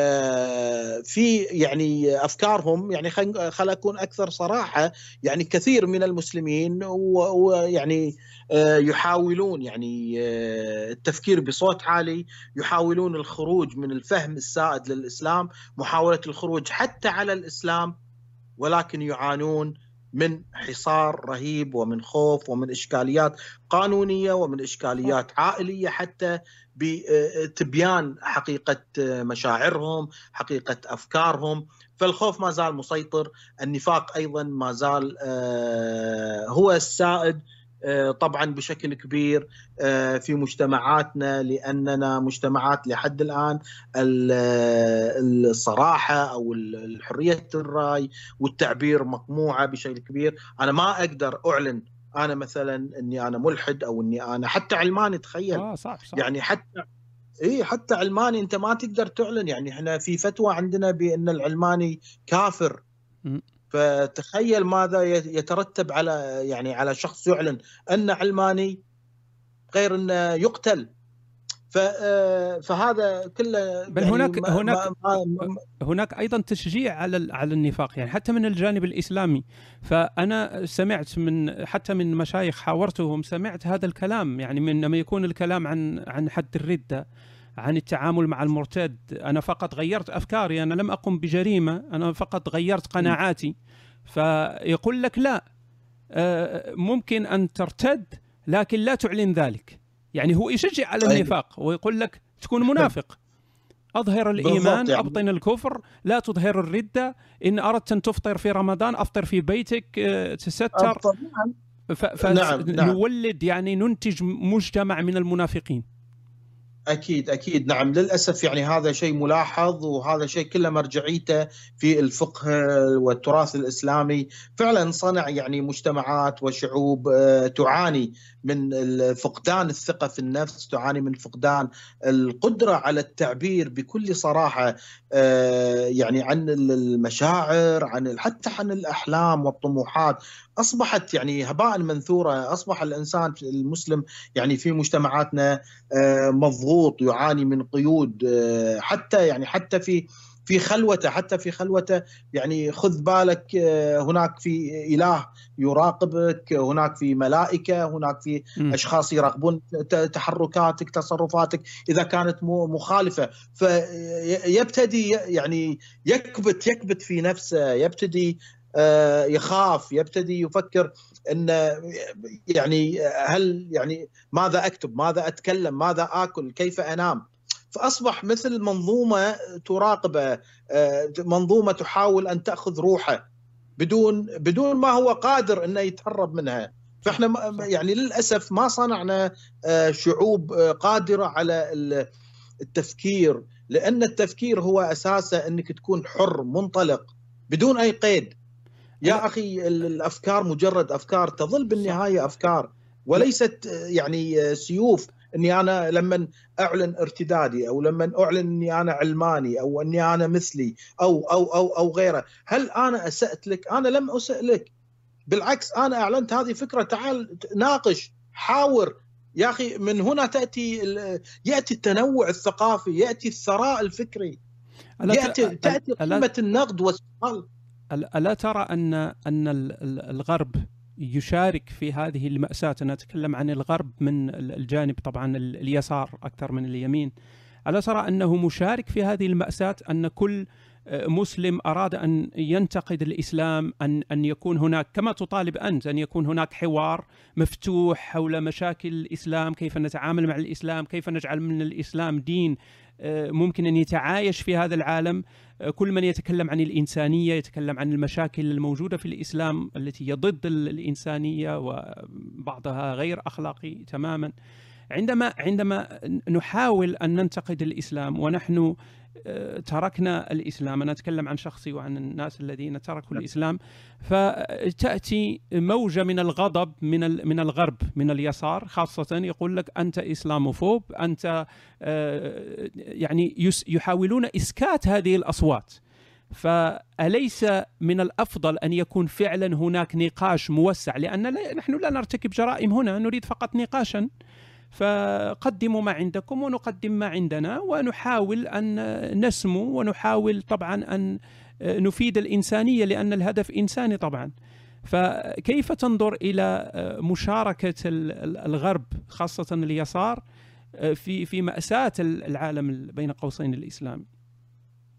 في يعني أفكارهم، يعني خل أكون أكثر صراحة، يعني كثير من المسلمين ويعني يحاولون يعني التفكير بصوت عالي، يحاولون الخروج من الفهم السائد للإسلام، محاولة الخروج حتى على الإسلام، ولكن يعانون من حصار رهيب ومن خوف ومن إشكاليات قانونية ومن إشكاليات عائلية، حتى بتبيان حقيقة مشاعرهم، حقيقة أفكارهم. فالخوف ما زال مسيطر، النفاق أيضا ما زال هو السائد طبعا بشكل كبير في مجتمعاتنا، لأننا مجتمعات لحد الآن الصراحة أو الحرية الرأي والتعبير مقموعة بشكل كبير. أنا ما أقدر أعلن أنا مثلا أني أنا ملحد أو أني أنا حتى علماني، تخيل. آه صعب صعب. يعني حتى إيه حتى علماني أنت ما تقدر تعلن، يعني إحنا في فتوى عندنا بأن العلماني كافر. م. فتخيل ماذا يترتب على يعني على شخص يعلن أن علماني غير أنه يقتل. فهذا كله بل يعني هناك ما هناك ما ما هناك ايضا تشجيع على على النفاق، يعني حتى من الجانب الاسلامي. فانا سمعت من حتى من مشايخ حاورتهم، سمعت هذا الكلام، يعني من لما يكون الكلام عن عن حد الردة، عن التعامل مع المرتد، انا فقط غيرت افكاري، انا لم اقم بجريمة، انا فقط غيرت قناعاتي. فيقول لك لا، ممكن ان ترتد لكن لا تعلن ذلك. يعني هو يشجع على النفاق ويقول لك تكون منافق، أظهر الإيمان يعني. أبطن الكفر، لا تظهر الردة، إن أردت أن تفطر في رمضان أفطر في بيتك، تستر. فنولد يعني ننتج مجتمع من المنافقين. أكيد أكيد نعم، للأسف يعني هذا شيء ملاحظ، وهذا شيء كله مرجعيته في الفقه والتراث الإسلامي. فعلا صنع يعني مجتمعات وشعوب تعاني من فقدان الثقة في النفس، تعاني من فقدان القدرة على التعبير بكل صراحة يعني عن المشاعر، عن حتى عن الأحلام والطموحات. أصبحت يعني هباء منثورة. أصبح الإنسان المسلم يعني في مجتمعاتنا مضغوط، يعاني من قيود، حتى يعني حتى في في خلوته حتى في خلوته يعني خذ بالك، هناك في إله يراقبك، هناك في ملائكة، هناك في أشخاص يراقبون تحركاتك تصرفاتك إذا كانت مخالفة. فيبتدي يعني يكبت يكبت في نفسه، يبتدي يخاف، يبتدي يفكر ان يعني هل يعني ماذا اكتب، ماذا اتكلم، ماذا اكل، كيف انام. فاصبح مثل منظومه تراقبه، منظومه تحاول ان تاخذ روحه بدون بدون ما هو قادر انه يتهرب منها. فاحنا يعني للاسف ما صنعنا شعوب قادره على التفكير، لان التفكير هو اساسه انك تكون حر منطلق بدون اي قيد. يا أخي الأفكار مجرد أفكار، تظل بالنهاية أفكار وليست يعني سيوف. أني أنا لما أعلن ارتدادي أو لما أعلن أني أنا علماني أو أني أنا مثلي أو أو أو أو غيره، هل أنا أسأت لك؟ أنا لم أسأ لك، بالعكس أنا أعلنت هذه فكرة، تعال ناقش، حاور. يا أخي من هنا تأتي يأتي التنوع الثقافي، يأتي الثراء الفكري، يأتي تأتي قيمة النقد والسؤال. ألا ترى أن أن الغرب يشارك في هذه المأساة؟ أنا أتكلم عن الغرب من الجانب طبعا اليسار أكثر من اليمين. ألا ترى أنه مشارك في هذه المأساة؟ أن كل مسلم أراد أن ينتقد الإسلام، أن أن يكون هناك كما تطالب أنت، أن يكون هناك حوار مفتوح حول مشاكل الإسلام، كيف نتعامل مع الإسلام، كيف نجعل من الإسلام دين ممكن أن يتعايش في هذا العالم. كل من يتكلم عن الإنسانية يتكلم عن المشاكل الموجودة في الإسلام التي هي ضد الإنسانية وبعضها غير أخلاقي تماما. عندما عندما نحاول أن ننتقد الإسلام ونحن تركنا الإسلام، أنا أتكلم عن شخصي وعن الناس الذين تركوا الإسلام، فتأتي موجة من الغضب من من الغرب، من اليسار خاصة، يقول لك أنت إسلاموفوب، أنت يعني يحاولون إسكات هذه الأصوات. فأليس من الأفضل أن يكون فعلا هناك نقاش موسع؟ لأن نحن لا نرتكب جرائم هنا، نريد فقط نقاشا. فقدموا ما عندكم ونقدم ما عندنا، ونحاول أن نسمو، ونحاول طبعا أن نفيد الإنسانية، لأن الهدف إنساني طبعا. فكيف تنظر إلى مشاركة الغرب خاصة اليسار في في مأساة العالم بين قوسين الإسلامي؟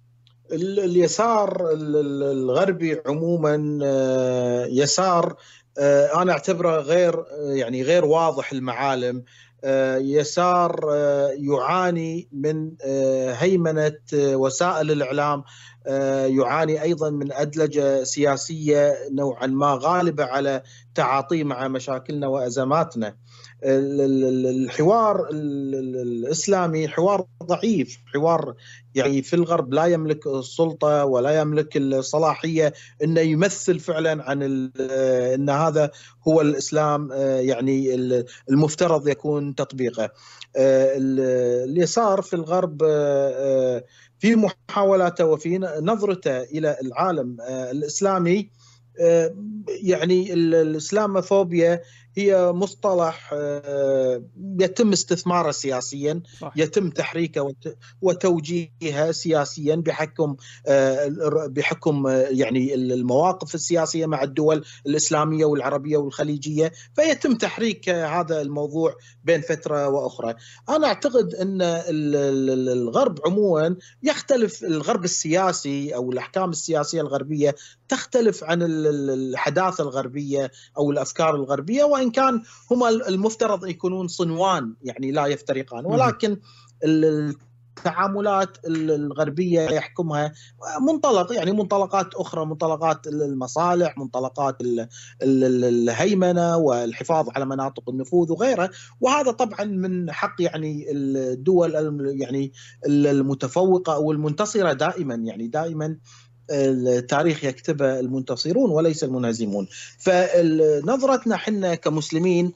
اليسار الغربي عموما يسار انا اعتبره غير يعني غير واضح المعالم. يسار يعاني من هيمنة وسائل الإعلام، يعاني أيضا من أدلجة سياسية نوعا ما غالبة على تعاطيه مع مشاكلنا وأزماتنا. الحوار الإسلامي حوار ضعيف، حوار يعني في الغرب لا يملك السلطة ولا يملك الصلاحية أنه يمثل فعلا عن أن هذا هو الإسلام يعني المفترض يكون تطبيقه. اليسار في الغرب في محاولاته وفي نظرته إلى العالم الإسلامي يعني الإسلاموفوبيا هي مصطلح يتم استثماره سياسيا، صح. يتم تحريكه وتوجيهه سياسيا بحكم بحكم يعني المواقف السياسية مع الدول الإسلامية والعربية والخليجية، فيتم تحريك هذا الموضوع بين فترة وأخرى. أنا أعتقد أن الغرب عموما يختلف، الغرب السياسي أو الأحكام السياسية الغربية تختلف عن الحداثة الغربية أو الأفكار الغربية، وإن كان هما المفترض يكونون صنوان يعني لا يفترقان، ولكن التعاملات الغربية يحكمها منطلق يعني منطلقات أخرى، منطلقات المصالح، منطلقات الهيمنة والحفاظ على مناطق النفوذ وغيرها. وهذا طبعا من حق يعني الدول يعني المتفوقة أو المنتصرة دائما، يعني دائما التاريخ يكتبه المنتصرون وليس المنهزمون. فنظرتنا حنا كمسلمين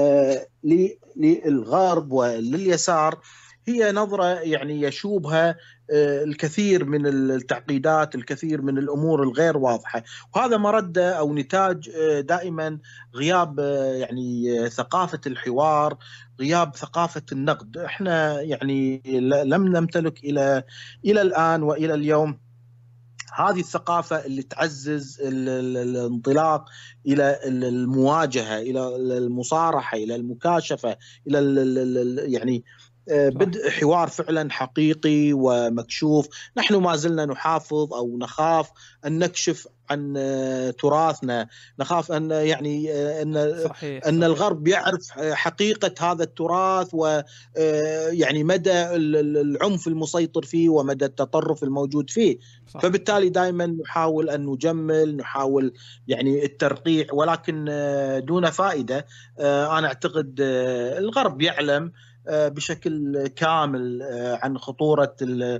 للغرب ولليسار هي نظرة يعني يشوبها الكثير من التعقيدات، الكثير من الأمور الغير واضحة، وهذا مرده أو نتاج دائما غياب يعني ثقافة الحوار، غياب ثقافة النقد. احنا يعني لم نمتلك إلى إلى الآن وإلى اليوم هذه الثقافة اللي تعزز الانطلاق إلى المواجهة، إلى المصارحة، إلى المكاشفة، إلى يعني بدء حوار فعلا حقيقي ومكشوف. نحن ما زلنا نحافظ أو نخاف أن نكشف عن تراثنا، نخاف أن يعني أن صحيح أن صحيح. الغرب يعرف حقيقة هذا التراث ويعني مدى العنف المسيطر فيه ومدى التطرف الموجود فيه. صحيح. فبالتالي دائما نحاول أن نجمل، نحاول يعني الترقيع، ولكن دون فائدة. أنا أعتقد الغرب يعلم بشكل كامل عن خطورة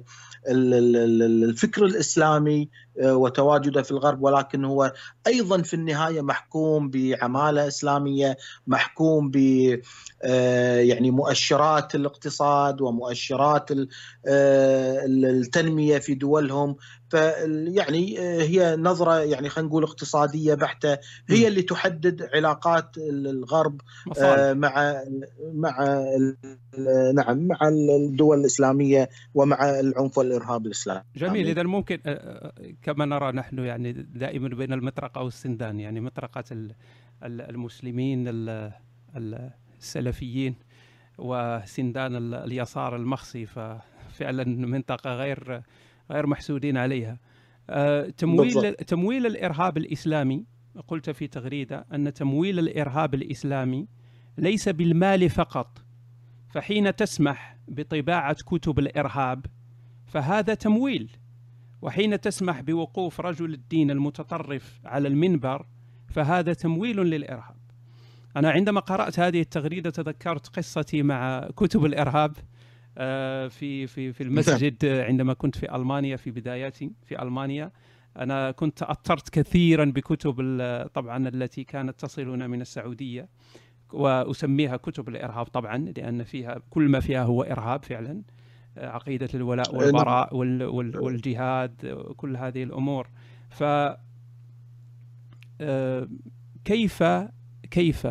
الفكر الإسلامي وتواجده في الغرب، ولكن هو أيضا في النهاية محكوم بعمالة إسلامية، محكوم ب يعني مؤشرات الاقتصاد ومؤشرات التنمية في دولهم. فيعني هي نظرة يعني خلينا نقول اقتصادية بحتة هي اللي تحدد علاقات الغرب مصالح. مع مع نعم مع الدول الإسلامية ومع العنف والإرهاب الإسلامي. جميل. إذا ممكن كما نرى نحن يعني دائما بين المطرقة والسندان، يعني مطرقة المسلمين السلفيين وسندان اليسار المخصي، ففعلا منطقة غير غير محسودين عليها. تمويل بالضبط. تمويل الإرهاب الإسلامي، قلت في تغريدة أن تمويل الإرهاب الإسلامي ليس بالمال فقط، فحين تسمح بطباعة كتب الإرهاب فهذا تمويل، وحين تسمح بوقوف رجل الدين المتطرف على المنبر فهذا تمويل للإرهاب. أنا عندما قرأت هذه التغريدة تذكرت قصتي مع كتب الإرهاب في في في المسجد عندما كنت في ألمانيا في بداياتي في ألمانيا. أنا كنت تأثرت كثيرا بكتب طبعا التي كانت تصلنا من السعودية، وأسميها كتب الإرهاب طبعا لأن فيها كل ما فيها هو إرهاب فعلا، عقيدة الولاء والبراء والجهاد، كل هذه الأمور. ف كيف كيف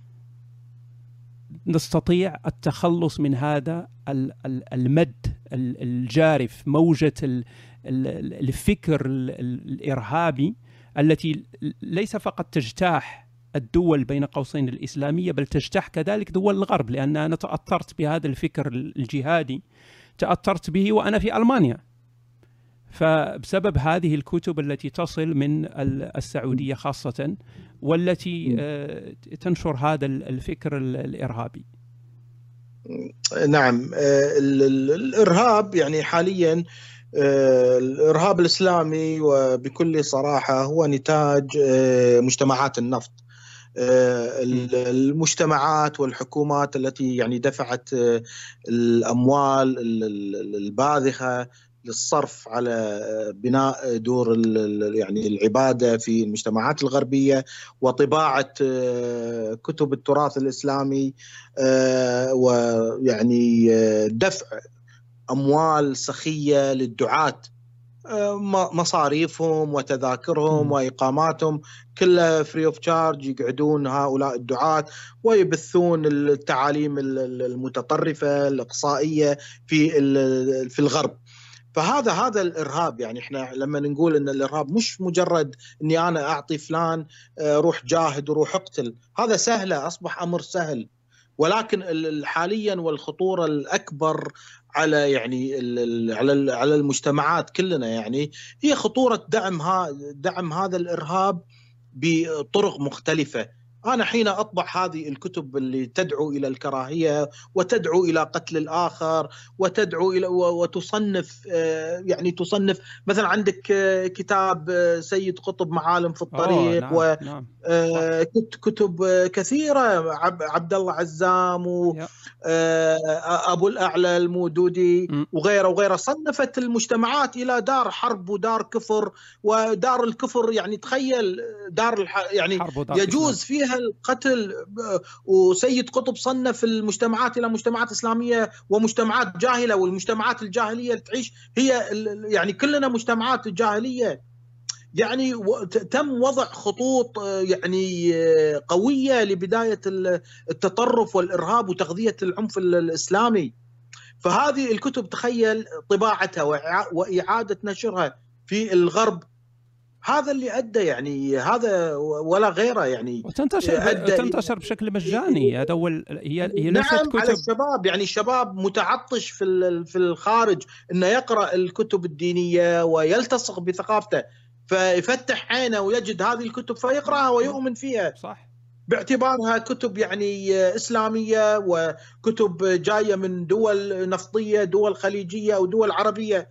نستطيع التخلص من هذا المد الجارف، موجة الفكر الإرهابي التي ليس فقط تجتاح الدول بين قوسين الإسلامية بل تجتاح كذلك دول الغرب؟ لأن أنا تأثرت بهذا الفكر الجهادي، تأثرت به وأنا في ألمانيا، فبسبب هذه الكتب التي تصل من السعودية خاصة والتي تنشر هذا الفكر الإرهابي. نعم، الإرهاب يعني حاليا الإرهاب الإسلامي وبكل صراحة هو نتاج مجتمعات النفط، المجتمعات والحكومات التي يعني دفعت الأموال الباذخة للصرف على بناء دور يعني العبادة في المجتمعات الغربية وطباعة كتب التراث الإسلامي، ويعني دفع أموال سخية للدعاة، مصاريفهم وتذاكرهم وإقاماتهم كلها فري اوف تشارج، يقعدون هؤلاء الدعاة ويبثون التعاليم المتطرفة الإقصائية في في الغرب. فهذا هذا الإرهاب. يعني احنا لما نقول ان الإرهاب مش مجرد اني انا اعطي فلان روح جاهد وروح اقتل، هذا سهله، اصبح امر سهل، ولكن حاليا والخطوره الاكبر على يعني على على المجتمعات كلنا يعني هي خطوره دعم دعم هذا الإرهاب بطرق مختلفه. أنا حين أطبع هذه الكتب اللي تدعو إلى الكراهية وتدعو إلى قتل الآخر وتدعو إلى وتصنف يعني تصنف مثلا عندك كتاب سيد قطب معالم في الطريق، نعم، و نعم. كتب كثيرة عبد الله عزام وأبو الأعلى المودودي وغيره وغيره، صنفت المجتمعات إلى دار حرب ودار كفر، ودار الكفر يعني تخيل دار يعني يجوز فيها القتل. وسيد قطب صنف المجتمعات إلى مجتمعات إسلامية ومجتمعات جاهلة، والمجتمعات الجاهلية تعيش هي يعني كلنا مجتمعات جاهلية. يعني تم وضع خطوط يعني قوية لبداية التطرف والإرهاب وتغذية العنف الإسلامي. فهذه الكتب تخيل طباعتها وإعادة نشرها في الغرب، هذا اللي أدى يعني هذا ولا غيره يعني وتنتشر تنتشر بشكل مجاني. هذا هو هي هي ليست نعم كتب على الشباب، يعني الشباب متعطش في في الخارج انه يقرأ الكتب الدينية ويلتصق بثقافته، فيفتح عينه ويجد هذه الكتب فيقرأها ويؤمن فيها، صح، باعتبارها كتب يعني إسلامية وكتب جاية من دول نفطية، دول خليجية أو دول عربية،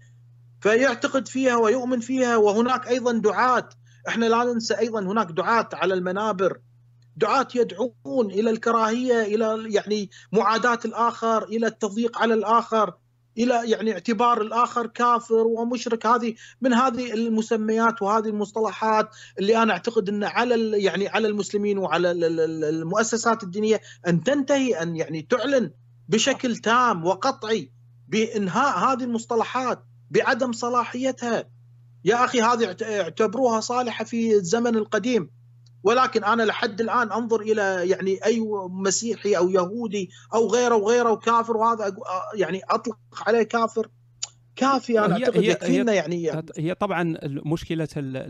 فيعتقد فيها ويؤمن فيها. وهناك أيضا دعاة، احنا لا ننسى أيضا هناك دعاة على المنابر، دعاة يدعون إلى الكراهية، إلى يعني معاداة الآخر، إلى التضييق على الآخر، إلى يعني اعتبار الآخر كافر ومشرك. هذه من هذه المسميات وهذه المصطلحات اللي أنا أعتقد أن على يعني على المسلمين وعلى المؤسسات الدينية أن تنتهي، أن يعني تعلن بشكل تام وقطعي بإنهاء هذه المصطلحات، بعدم صلاحيتها. يا أخي هذه اعتبروها صالحة في الزمن القديم، ولكن أنا لحد الآن أنظر إلى يعني أي مسيحي أو يهودي أو غيره وغيره وكافر، وهذا يعني أطلق عليه كافر كافي. أنا هي أعتقد هي يكفينا هي يعني, يعني هي طبعا مشكلة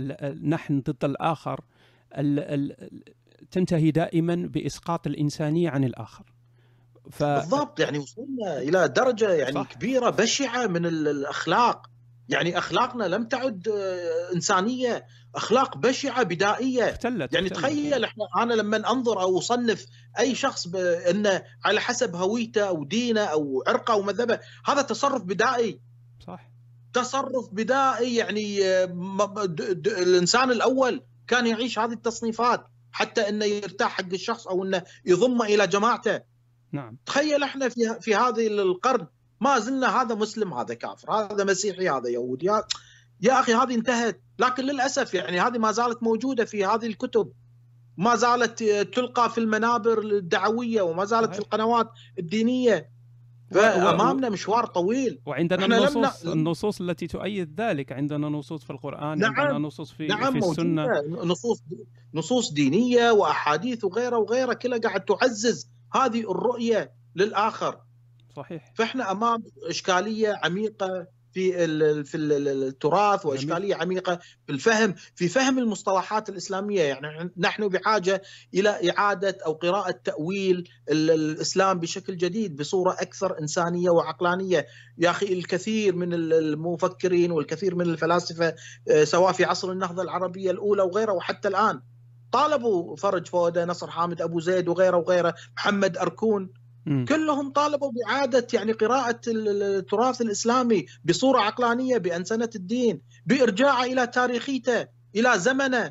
نحن ضد الآخر ال ال تنتهي دائما بإسقاط الإنسانية عن الآخر. ف... بالضبط، يعني وصلنا إلى درجة يعني صح. كبيرة بشعة من الأخلاق، يعني أخلاقنا لم تعد إنسانية، أخلاق بشعة بدائية اختلت يعني اختلت. تخيل إحنا أنا لما أنظر أو أصنف أي شخص بأنه على حسب هويته أو دينه أو عرقه أو مذهبه، هذا تصرف بدائي، صح، تصرف بدائي. يعني الإنسان الأول كان يعيش هذه التصنيفات حتى أنه يرتاح حق الشخص أو أنه يضم إلى جماعته. نعم. تخيل إحنا في في هذه القرن ما زلنا هذا مسلم هذا كافر، هذا مسيحي هذا يهودي. يا, يا أخي هذه انتهت، لكن للأسف يعني هذه ما زالت موجودة في هذه الكتب، ما زالت تلقى في المنابر الدعوية وما زالت في القنوات الدينية. فأمامنا مشوار طويل. وعندنا النصوص النصوص التي تؤيد ذلك، عندنا نصوص في القرآن، نعم عندنا نصوص في نعم في السنة، نصوص نصوص دينية وأحاديث وغيره وغيره كلها قاعد تعزز هذه الرؤية للآخر. صحيح. فإحنا أمام إشكالية عميقة في في التراث، واشكاليه عميقه في الفهم، في فهم المصطلحات الاسلاميه. يعني نحن بحاجه الى اعاده او قراءه تاويل الاسلام بشكل جديد بصوره اكثر انسانيه وعقلانيه. يا اخي الكثير من المفكرين والكثير من الفلاسفه سواء في عصر النهضه العربيه الاولى وغيره وحتى الان طالبوا، فرج فوده، نصر حامد ابو زيد وغيره وغيره، محمد اركون، م. كلهم طالبوا بإعادة يعني قراءة التراث الإسلامي بصورة عقلانية، بأنسنة الدين، بإرجاعه إلى تاريخيته، إلى زمنه،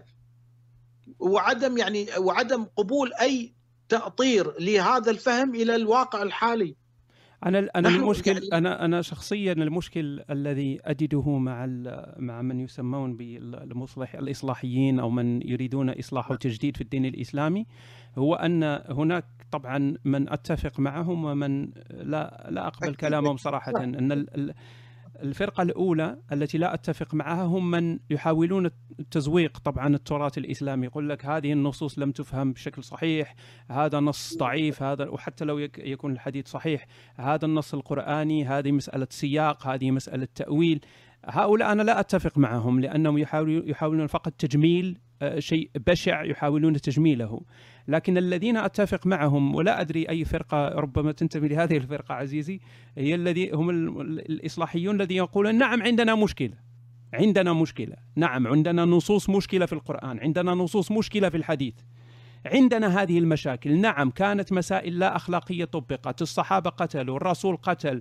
وعدم يعني وعدم قبول أي تأطير لهذا الفهم إلى الواقع الحالي. أنا أنا المشكل يعني أنا أنا شخصيا المشكل الذي أجده مع مع من يسمون بالمصلح الإصلاحيين أو من يريدون إصلاح وتجديد في الدين الإسلامي هو أن هناك طبعا من أتفق معهم ومن لا لا أقبل كلامهم صراحة. أن الفرقة الأولى التي لا أتفق معها هم من يحاولون التزويق طبعا التراث الإسلامي، يقول لك هذه النصوص لم تفهم بشكل صحيح، هذا نص ضعيف، هذا وحتى لو يكون الحديث صحيح هذا النص القرآني، هذه مسألة سياق، هذه مسألة تأويل. هؤلاء أنا لا أتفق معهم لأنهم يحاولون يحاولون فقط تجميل شيء بشع يحاولون تجميله. لكن الذين أتفق معهم ولا أدري أي فرقة ربما تنتمي لهذه الفرقة عزيزي، هي الذي هم الإصلاحيون الذين يقولون نعم عندنا مشكلة، عندنا مشكلة، نعم عندنا نصوص مشكلة في القرآن، عندنا نصوص مشكلة في الحديث، عندنا هذه المشاكل. نعم كانت مسائل لا أخلاقية طبقت، الصحابة قتلوا، الرسول قتل،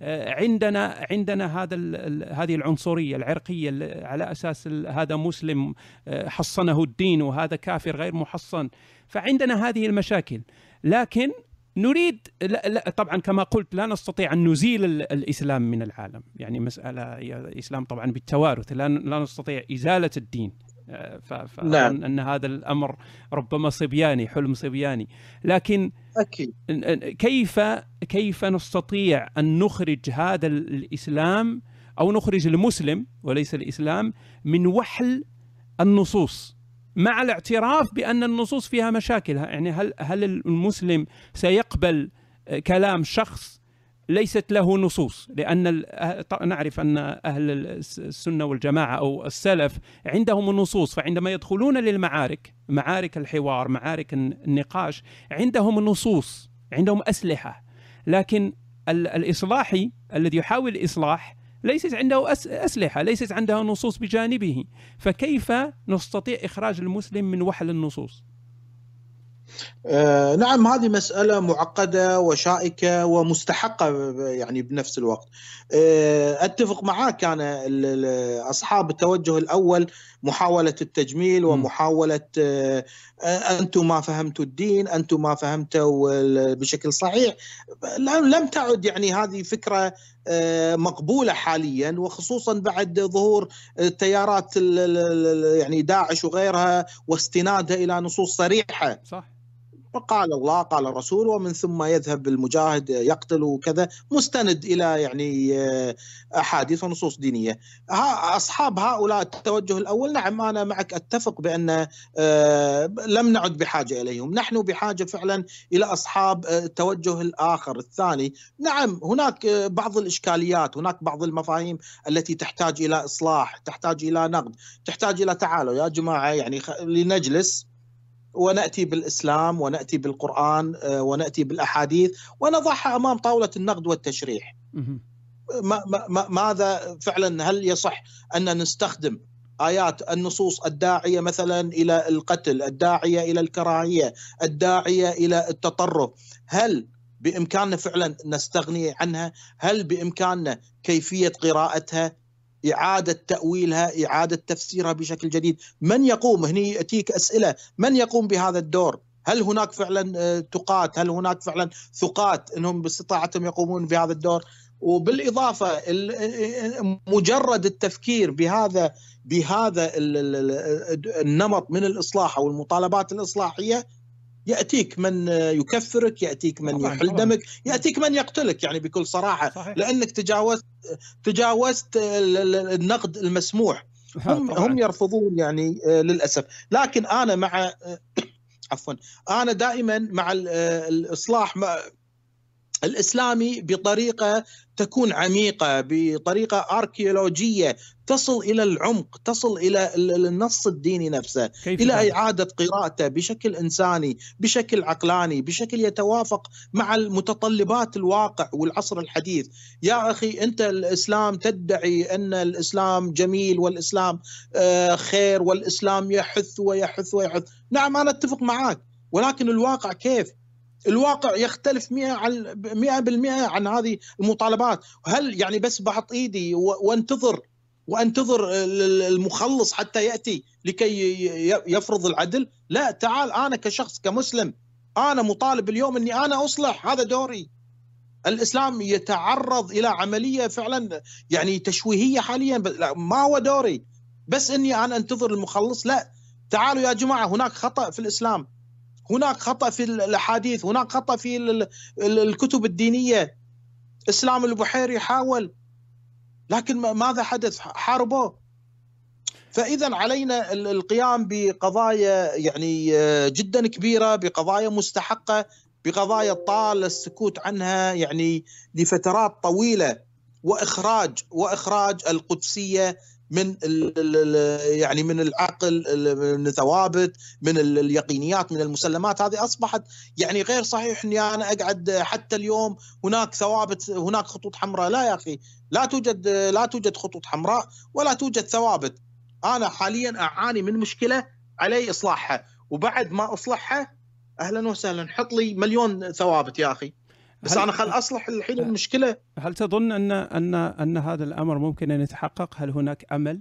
عندنا عندنا هذا هذه العنصرية العرقية على أساس هذا مسلم حصنه الدين وهذا كافر غير محصن. فعندنا هذه المشاكل، لكن نريد لا لا طبعا كما قلت لا نستطيع أن نزيل الإسلام من العالم، يعني مسألة الإسلام طبعا بالتوارث، لا لا نستطيع إزالة الدين. فأظن أن هذا الأمر ربما صبياني، حلم صبياني. لكن أكيد كيف كيف نستطيع أن نخرج هذا الإسلام أو نخرج المسلم وليس الإسلام من وحل النصوص، مع الاعتراف بأن النصوص فيها مشاكل؟ يعني هل هل المسلم سيقبل كلام شخص ليست له نصوص؟ لأن نعرف أن أهل السنة والجماعة أو السلف عندهم النصوص، فعندما يدخلون للمعارك، معارك الحوار، معارك النقاش، عندهم النصوص، عندهم أسلحة. لكن الإصلاحي الذي يحاول الإصلاح ليست عنده أسلحة، ليست عنده نصوص بجانبه. فكيف نستطيع إخراج المسلم من وحل النصوص؟ آه نعم، هذه مسألة معقدة وشائكة ومستحقة يعني بنفس الوقت. آه أتفق معك، كان أصحاب التوجه الأول محاولة التجميل ومحاولة آه أنتم ما فهمتوا الدين، أنتم ما فهمتوا بشكل صحيح. لم تعد يعني هذه فكرة آه مقبولة حاليا، وخصوصا بعد ظهور التيارات يعني داعش وغيرها واستنادها إلى نصوص صريحة. صح. قال الله قال الرسول، ومن ثم يذهب المجاهد يقتل وكذا، مستند إلى يعني أحاديث ونصوص دينية. أصحاب هؤلاء التوجه الأول نعم أنا معك، أتفق بأن لم نعد بحاجة إليهم. نحن بحاجة فعلا إلى أصحاب التوجه الآخر الثاني. نعم هناك بعض الإشكاليات، هناك بعض المفاهيم التي تحتاج إلى إصلاح، تحتاج إلى نقد، تحتاج إلى تعالوا يا جماعة يعني لنجلس ونأتي بالإسلام ونأتي بالقرآن ونأتي بالأحاديث ونضعها أمام طاولة النقد والتشريح. ما ما ماذا فعلا، هل يصح أن نستخدم آيات النصوص الداعية مثلا إلى القتل، الداعية إلى الكراهية، الداعية إلى التطرف، هل بإمكاننا فعلا نستغني عنها؟ هل بإمكاننا كيفية قراءتها، إعادة تأويلها، إعادة تفسيرها بشكل جديد؟ من يقوم هنا؟ يأتيك أسئلة، من يقوم بهذا الدور؟ هل هناك فعلا تقات؟ هل هناك فعلا ثقات أنهم باستطاعتهم يقومون بهذا الدور؟ وبالإضافة مجرد التفكير بهذا بهذا النمط من الإصلاح أو المطالبات الإصلاحية يأتيك من يكفرك، يأتيك من يحل دمك، يأتيك من يقتلك، يعني بكل صراحة. صحيح. لأنك تجاوزت تجاوزت النقد المسموح. هم, هم يرفضون يعني للأسف. لكن أنا مع عفوا أنا دائما مع الإصلاح، الإسلامي بطريقة تكون عميقة، بطريقة أركيولوجية تصل إلى العمق، تصل إلى النص الديني نفسه، إلى ذلك؟ إعادة قراءته بشكل إنساني، بشكل عقلاني، بشكل يتوافق مع المتطلبات الواقع والعصر الحديث. يا أخي أنت الإسلام تدعي أن الإسلام جميل والإسلام خير والإسلام يحث ويحث ويحث، نعم أنا أتفق معك، ولكن الواقع كيف؟ الواقع يختلف مئة بالمئة عن هذه المطالبات. هل يعني بس بحط ايدي وانتظر وانتظر المخلص حتى ياتي لكي يفرض العدل؟ لا، تعال انا كشخص كمسلم انا مطالب اليوم اني انا اصلح، هذا دوري. الاسلام يتعرض الى عمليه فعلا يعني تشويهيه حاليا، ما هو دوري بس اني انا انتظر المخلص. لا، تعالوا يا جماعه، هناك خطأ في الاسلام، هناك خطأ في الأحاديث، هناك خطأ في الكتب الدينية. إسلام البحيري حاول، لكن ماذا حدث؟ حاربوه. فإذا علينا القيام بقضايا يعني جدا كبيرة، بقضايا مستحقة، بقضايا طال السكوت عنها يعني لفترات طويلة، وإخراج وإخراج القدسية من يعني من العقل، من الثوابت، من اليقينيات، من المسلمات. هذه أصبحت يعني غير صحيح أني أنا أقعد حتى اليوم هناك ثوابت، هناك خطوط حمراء. لا يا أخي، لا توجد لا توجد خطوط حمراء ولا توجد ثوابت. أنا حاليا أعاني من مشكلة علي إصلاحها، وبعد ما أصلحها أهلا وسهلا حط لي مليون ثوابت يا أخي، بس أنا خل أصلح الحين المشكلة. هل تظن أن أن أن هذا الأمر ممكن أن يتحقق؟ هل هناك أمل؟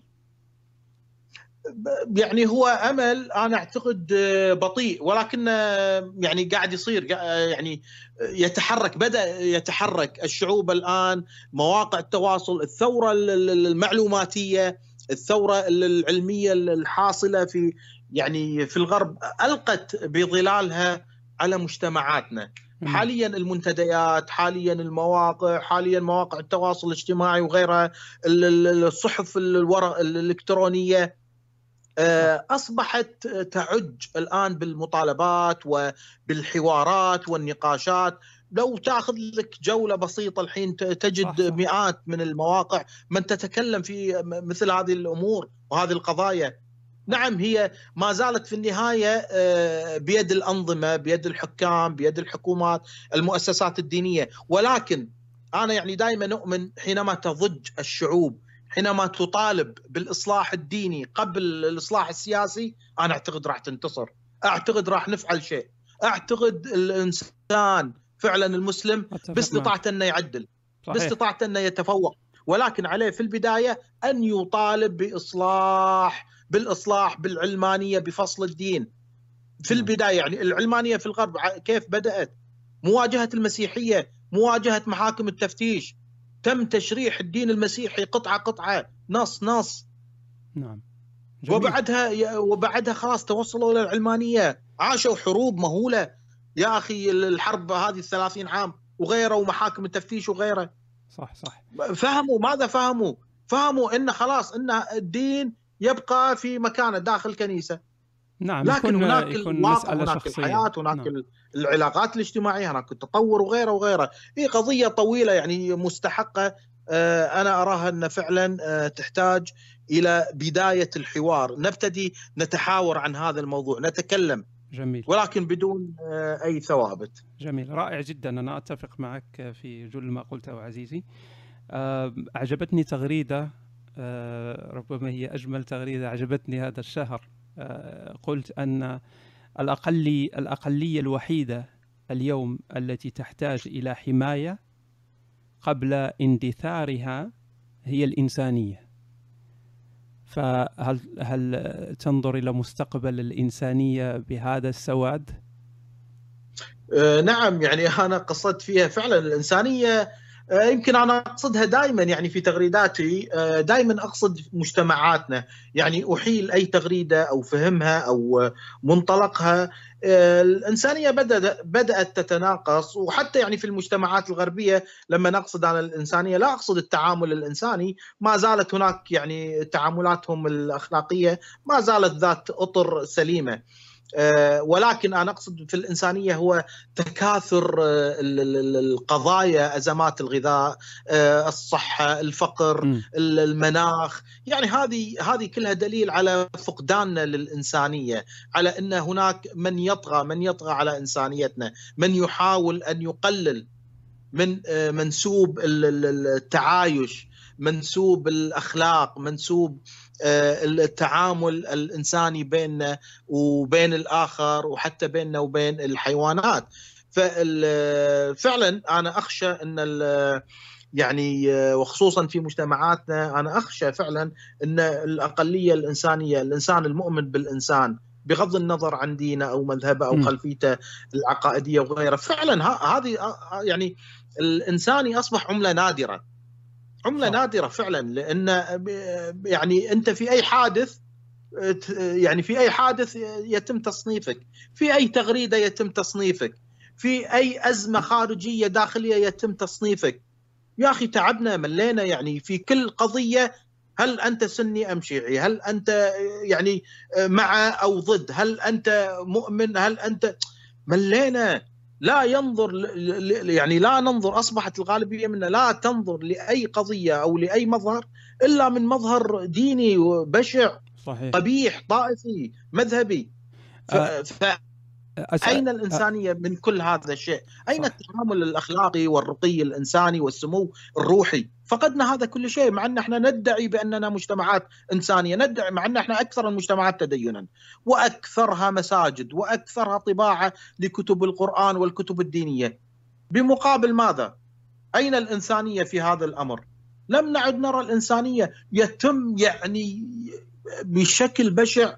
يعني هو أمل أنا أعتقد بطيء، ولكن يعني قاعد يصير، يعني يتحرك، بدأ يتحرك الشعوب الآن، مواقع التواصل، الثورة المعلوماتية، الثورة العلمية الحاصلة في يعني في الغرب ألقت بظلالها على مجتمعاتنا. حاليا المنتديات، حاليا المواقع، حاليا مواقع التواصل الاجتماعي وغيرها، الصحف الورق الإلكترونية أصبحت تعج الآن بالمطالبات وبالحوارات والنقاشات. لو تأخذ لك جولة بسيطة الحين تجد صح صح. مئات من المواقع من تتكلم في مثل هذه الأمور وهذه القضايا. نعم، هي ما زالت في النهاية بيد الأنظمة، بيد الحكام، بيد الحكومات، المؤسسات الدينية، ولكن أنا يعني دائما أؤمن حينما تضج الشعوب، حينما تطالب بالإصلاح الديني قبل الإصلاح السياسي، أنا أعتقد راح تنتصر، أعتقد راح نفعل شيء، أعتقد الإنسان فعلا المسلم باستطاعته أنه يعدل، باستطاعته أنه يتفوق، ولكن عليه في البداية أن يطالب بإصلاح بالإصلاح بالعلمانية، بفصل الدين في البداية. يعني العلمانية في الغرب كيف بدأت؟ مواجهة المسيحية، مواجهة محاكم التفتيش، تم تشريح الدين المسيحي قطعة قطعة، نص نص. نعم. جميل. وبعدها وبعدها خلاص توصلوا إلى العلمانية، عاشوا حروب مهولة يا أخي، الحرب هذه الثلاثين عام وغيره، ومحاكم التفتيش وغيره. صح صح. فهموا ماذا فهموا؟ فهموا إن خلاص إن الدين يبقى في مكانه داخل الكنيسة. نعم. لكن يكون هناك يكون الواقع، هناك الحياة، هناك نعم. العلاقات الاجتماعية، هناك التطور وغيره وغيره. هي قضية طويلة يعني مستحقة. أنا أراها أن فعلا تحتاج إلى بداية الحوار، نبتدي نتحاور عن هذا الموضوع، نتكلم. جميل. ولكن بدون أي ثوابت. جميل، رائع جدا. أنا أتفق معك في جل ما قلته عزيزي. أعجبتني تغريدة، ربما هي أجمل تغريدة أعجبتني هذا الشهر. قلت أن الأقلي الأقلية الوحيدة اليوم التي تحتاج إلى حماية قبل اندثارها هي الإنسانية. فهل هل تنظر إلى مستقبل الإنسانية بهذا السواد؟ نعم، يعني أنا قصدت فيها فعلا الإنسانية. يمكن أنا أقصدها دائما يعني في تغريداتي، دائما أقصد مجتمعاتنا. يعني أحيل أي تغريدة أو فهمها أو منطلقها، الإنسانية بدأت بدأت تتناقص. وحتى يعني في المجتمعات الغربية لما نقصد عن الإنسانية لا أقصد التعامل الإنساني، ما زالت هناك يعني تعاملاتهم الأخلاقية ما زالت ذات أطر سليمة. ولكن أنا أقصد في الإنسانية هو تكاثر القضايا، أزمات الغذاء، الصحة، الفقر، م. المناخ. يعني هذه هذه كلها دليل على فقداننا للإنسانية، على أن هناك من يطغى من يطغى على إنسانيتنا، من يحاول أن يقلل من منسوب التعايش، منسوب الأخلاق، منسوب التعامل الإنساني بيننا وبين الآخر، وحتى بيننا وبين الحيوانات. ففعلا أنا أخشى أن يعني وخصوصا في مجتمعاتنا أنا أخشى فعلا أن الأقلية الإنسانية، الإنسان المؤمن بالإنسان بغض النظر عن دينه أو مذهبه أو خلفيته العقائدية وغيرها، فعلا هذه يعني الإنساني أصبح عملة نادرة، عملة صح. نادرة فعلا. لأن يعني أنت في أي حادث، يعني في أي حادث يتم تصنيفك، في أي تغريدة يتم تصنيفك، في أي أزمة خارجية داخلية يتم تصنيفك. يا أخي تعبنا ملينا، يعني في كل قضية هل أنت سني أم شيعي، هل أنت يعني مع أو ضد، هل أنت مؤمن، هل أنت ملينا. لا ينظر يعني لا ننظر، أصبحت الغالبية منا لا تنظر لأي قضية أو لأي مظهر إلا من مظهر ديني بشع صحيح. قبيح طائفي مذهبي. ف... أه ف... أسأل... أين الإنسانية من كل هذا الشيء؟ أين صح. التعامل الأخلاقي والرقي الإنساني والسمو الروحي؟ فقدنا هذا كل شيء، مع أن احنا ندعي بأننا مجتمعات إنسانية، ندعي مع أن احنا أكثر المجتمعات تدينا وأكثرها مساجد وأكثرها طباعة لكتب القرآن والكتب الدينية. بمقابل ماذا؟ أين الإنسانية في هذا الأمر؟ لم نعد نرى الإنسانية. يتم يعني بشكل بشع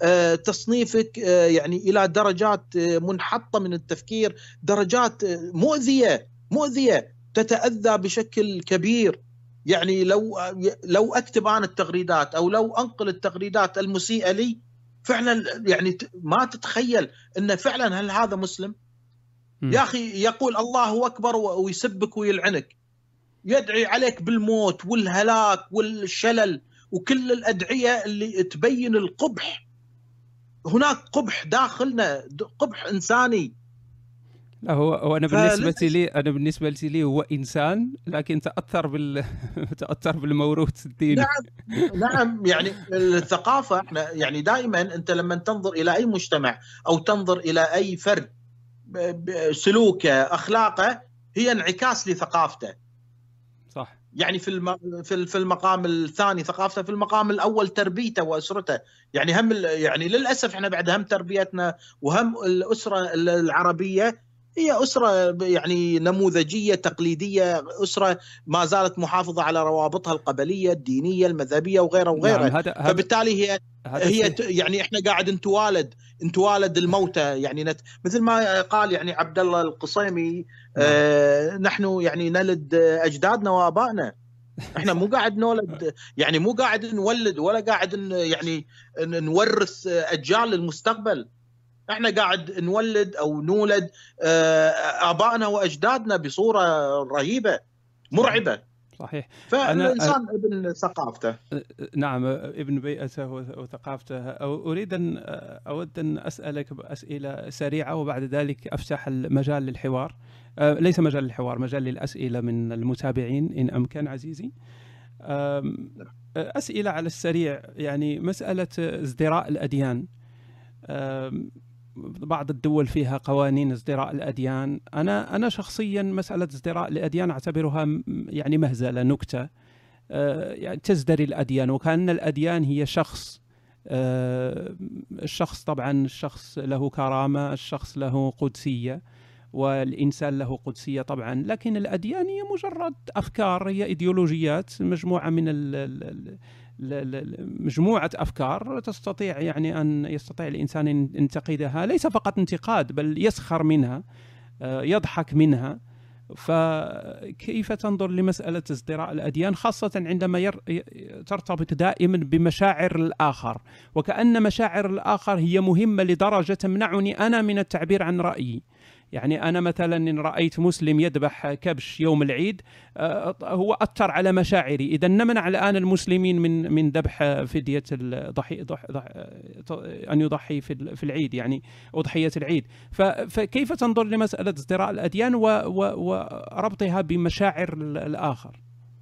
تصنيفك يعني إلى درجات منحطة من التفكير، درجات مؤذية مؤذية تتأذى بشكل كبير. يعني لو لو أكتب أنا التغريدات أو لو أنقل التغريدات المسيئة لي، فعلا يعني ما تتخيل أن فعلا هل هذا مسلم؟ م. يا أخي يقول الله أكبر ويسبك ويلعنك، يدعي عليك بالموت والهلاك والشلل وكل الأدعية اللي تبين القبح. هناك قبح داخلنا، قبح إنساني. لا هو, هو أنا بالنسبة لي أنا بالنسبة لي هو إنسان، لكن تأثر بال تأثر بالموروث الديني. نعم نعم. يعني الثقافة احنا يعني دائما أنت لما تنظر إلى أي مجتمع أو تنظر إلى أي فرد سلوكه أخلاقه هي انعكاس لثقافته. صح. يعني في الم... في المقام الثاني ثقافته، في المقام الأول تربيته وأسرته. يعني هم يعني للأسف احنا بعد هم تربيتنا وهم الأسرة العربية هي أسرة يعني نموذجية تقليدية، أسرة ما زالت محافظة على روابطها القبلية الدينية المذهبية وغيرها وغيرها. نعم. هذا فبالتالي هي هي يعني احنا قاعد نتوالد نتوالد الموتى. يعني نت... مثل ما قال يعني عبد الله القصيمي نعم. آه نحن يعني نلد أجدادنا وآبائنا. احنا مو قاعد نولد، يعني مو قاعد نولد ولا قاعد يعني نورث أجيال للمستقبل. احنا قاعد نولد او نولد ابائنا واجدادنا بصوره رهيبه مرعبه. صحيح. فالانسان ابن ثقافته. نعم، ابن بيئته وثقافته. اريد ان اود ان اسالك اسئله سريعه وبعد ذلك افتح المجال للحوار، ليس مجال للحوار، مجال للاسئله من المتابعين ان امكن عزيزي. اسئله على السريع. يعني مساله ازدراء الاديان، بعض الدول فيها قوانين ازدراء الأديان. أنا أنا شخصيا مسألة ازدراء الأديان أعتبرها يعني مهزلة، نكتة. يعني تزدري الأديان وكأن الأديان هي شخص. الشخص طبعا الشخص له كرامة، الشخص له قدسية، والإنسان له قدسية طبعا، لكن الأديان هي مجرد أفكار، هي إيديولوجيات، مجموعة من ال مجموعة أفكار تستطيع يعني أن يستطيع الإنسان أن ينتقدها، ليس فقط انتقاد بل يسخر منها، يضحك منها. فكيف تنظر لمسألة ازدراء الأديان، خاصة عندما ير... ترتبط دائما بمشاعر الآخر، وكأن مشاعر الآخر هي مهمة لدرجة تمنعني أنا من التعبير عن رأيي؟ يعني أنا مثلا إن رأيت مسلم يذبح كبش يوم العيد هو أثر على مشاعري، إذا نمنع الآن المسلمين من من ذبح فدية الضحي ضح ضح أن يضحي في في العيد، يعني أضحية العيد. فكيف تنظر لمسألة ازدراء الأديان وربطها بمشاعر الآخر؟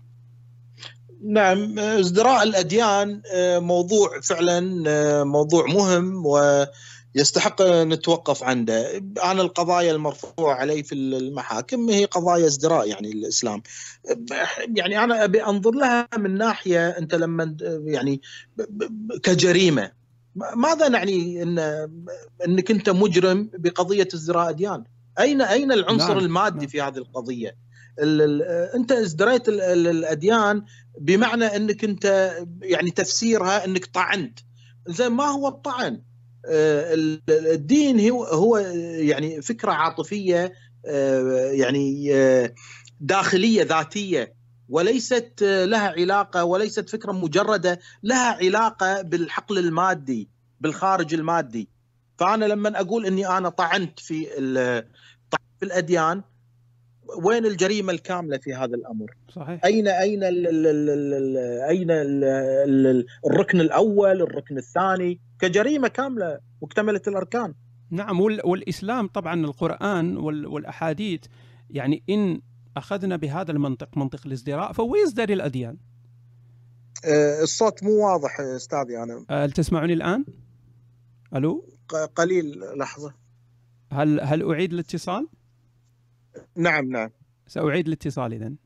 نعم، ازدراء الأديان موضوع فعلا موضوع مهم ويستحق نتوقف عنده. أنا القضايا المرفوعة علي في المحاكم هي قضايا ازدراء يعني الإسلام. يعني أنا أبي أنظر لها من ناحية، أنت لما يعني كجريمة ماذا نعني إن أنك أنت مجرم بقضية ازدراء أديان؟ أين أين العنصر نعم. المادي نعم. في هذه القضية. ال ال انت ازدريت ال ال الاديان بمعنى انك انت يعني تفسيرها انك طعنت. زين، ما هو الطعن؟ الدين هو هو يعني فكره عاطفيه يعني داخليه ذاتيه، وليست لها علاقه، وليست فكره مجرده لها علاقه بالحقل المادي، بالخارج المادي. فانا لما اقول اني انا طعنت في في الاديان، وين الجريمة الكاملة في هذا الأمر؟ صحيح. أين أين ال ال ال ال أين ال ال الركن الأول، الركن الثاني كجريمة كاملة مكتملة الأركان؟ نعم. والإسلام طبعا القرآن والأحاديث، يعني إن أخذنا بهذا المنطق، منطق الازدراء، فهو يزدري الأديان. أه الصوت مو واضح أستاذي أنا. هل تسمعني الآن؟ ألو؟ قليل، لحظة. هل هل أعيد الاتصال؟ نعم نعم سأعيد الاتصال إذن.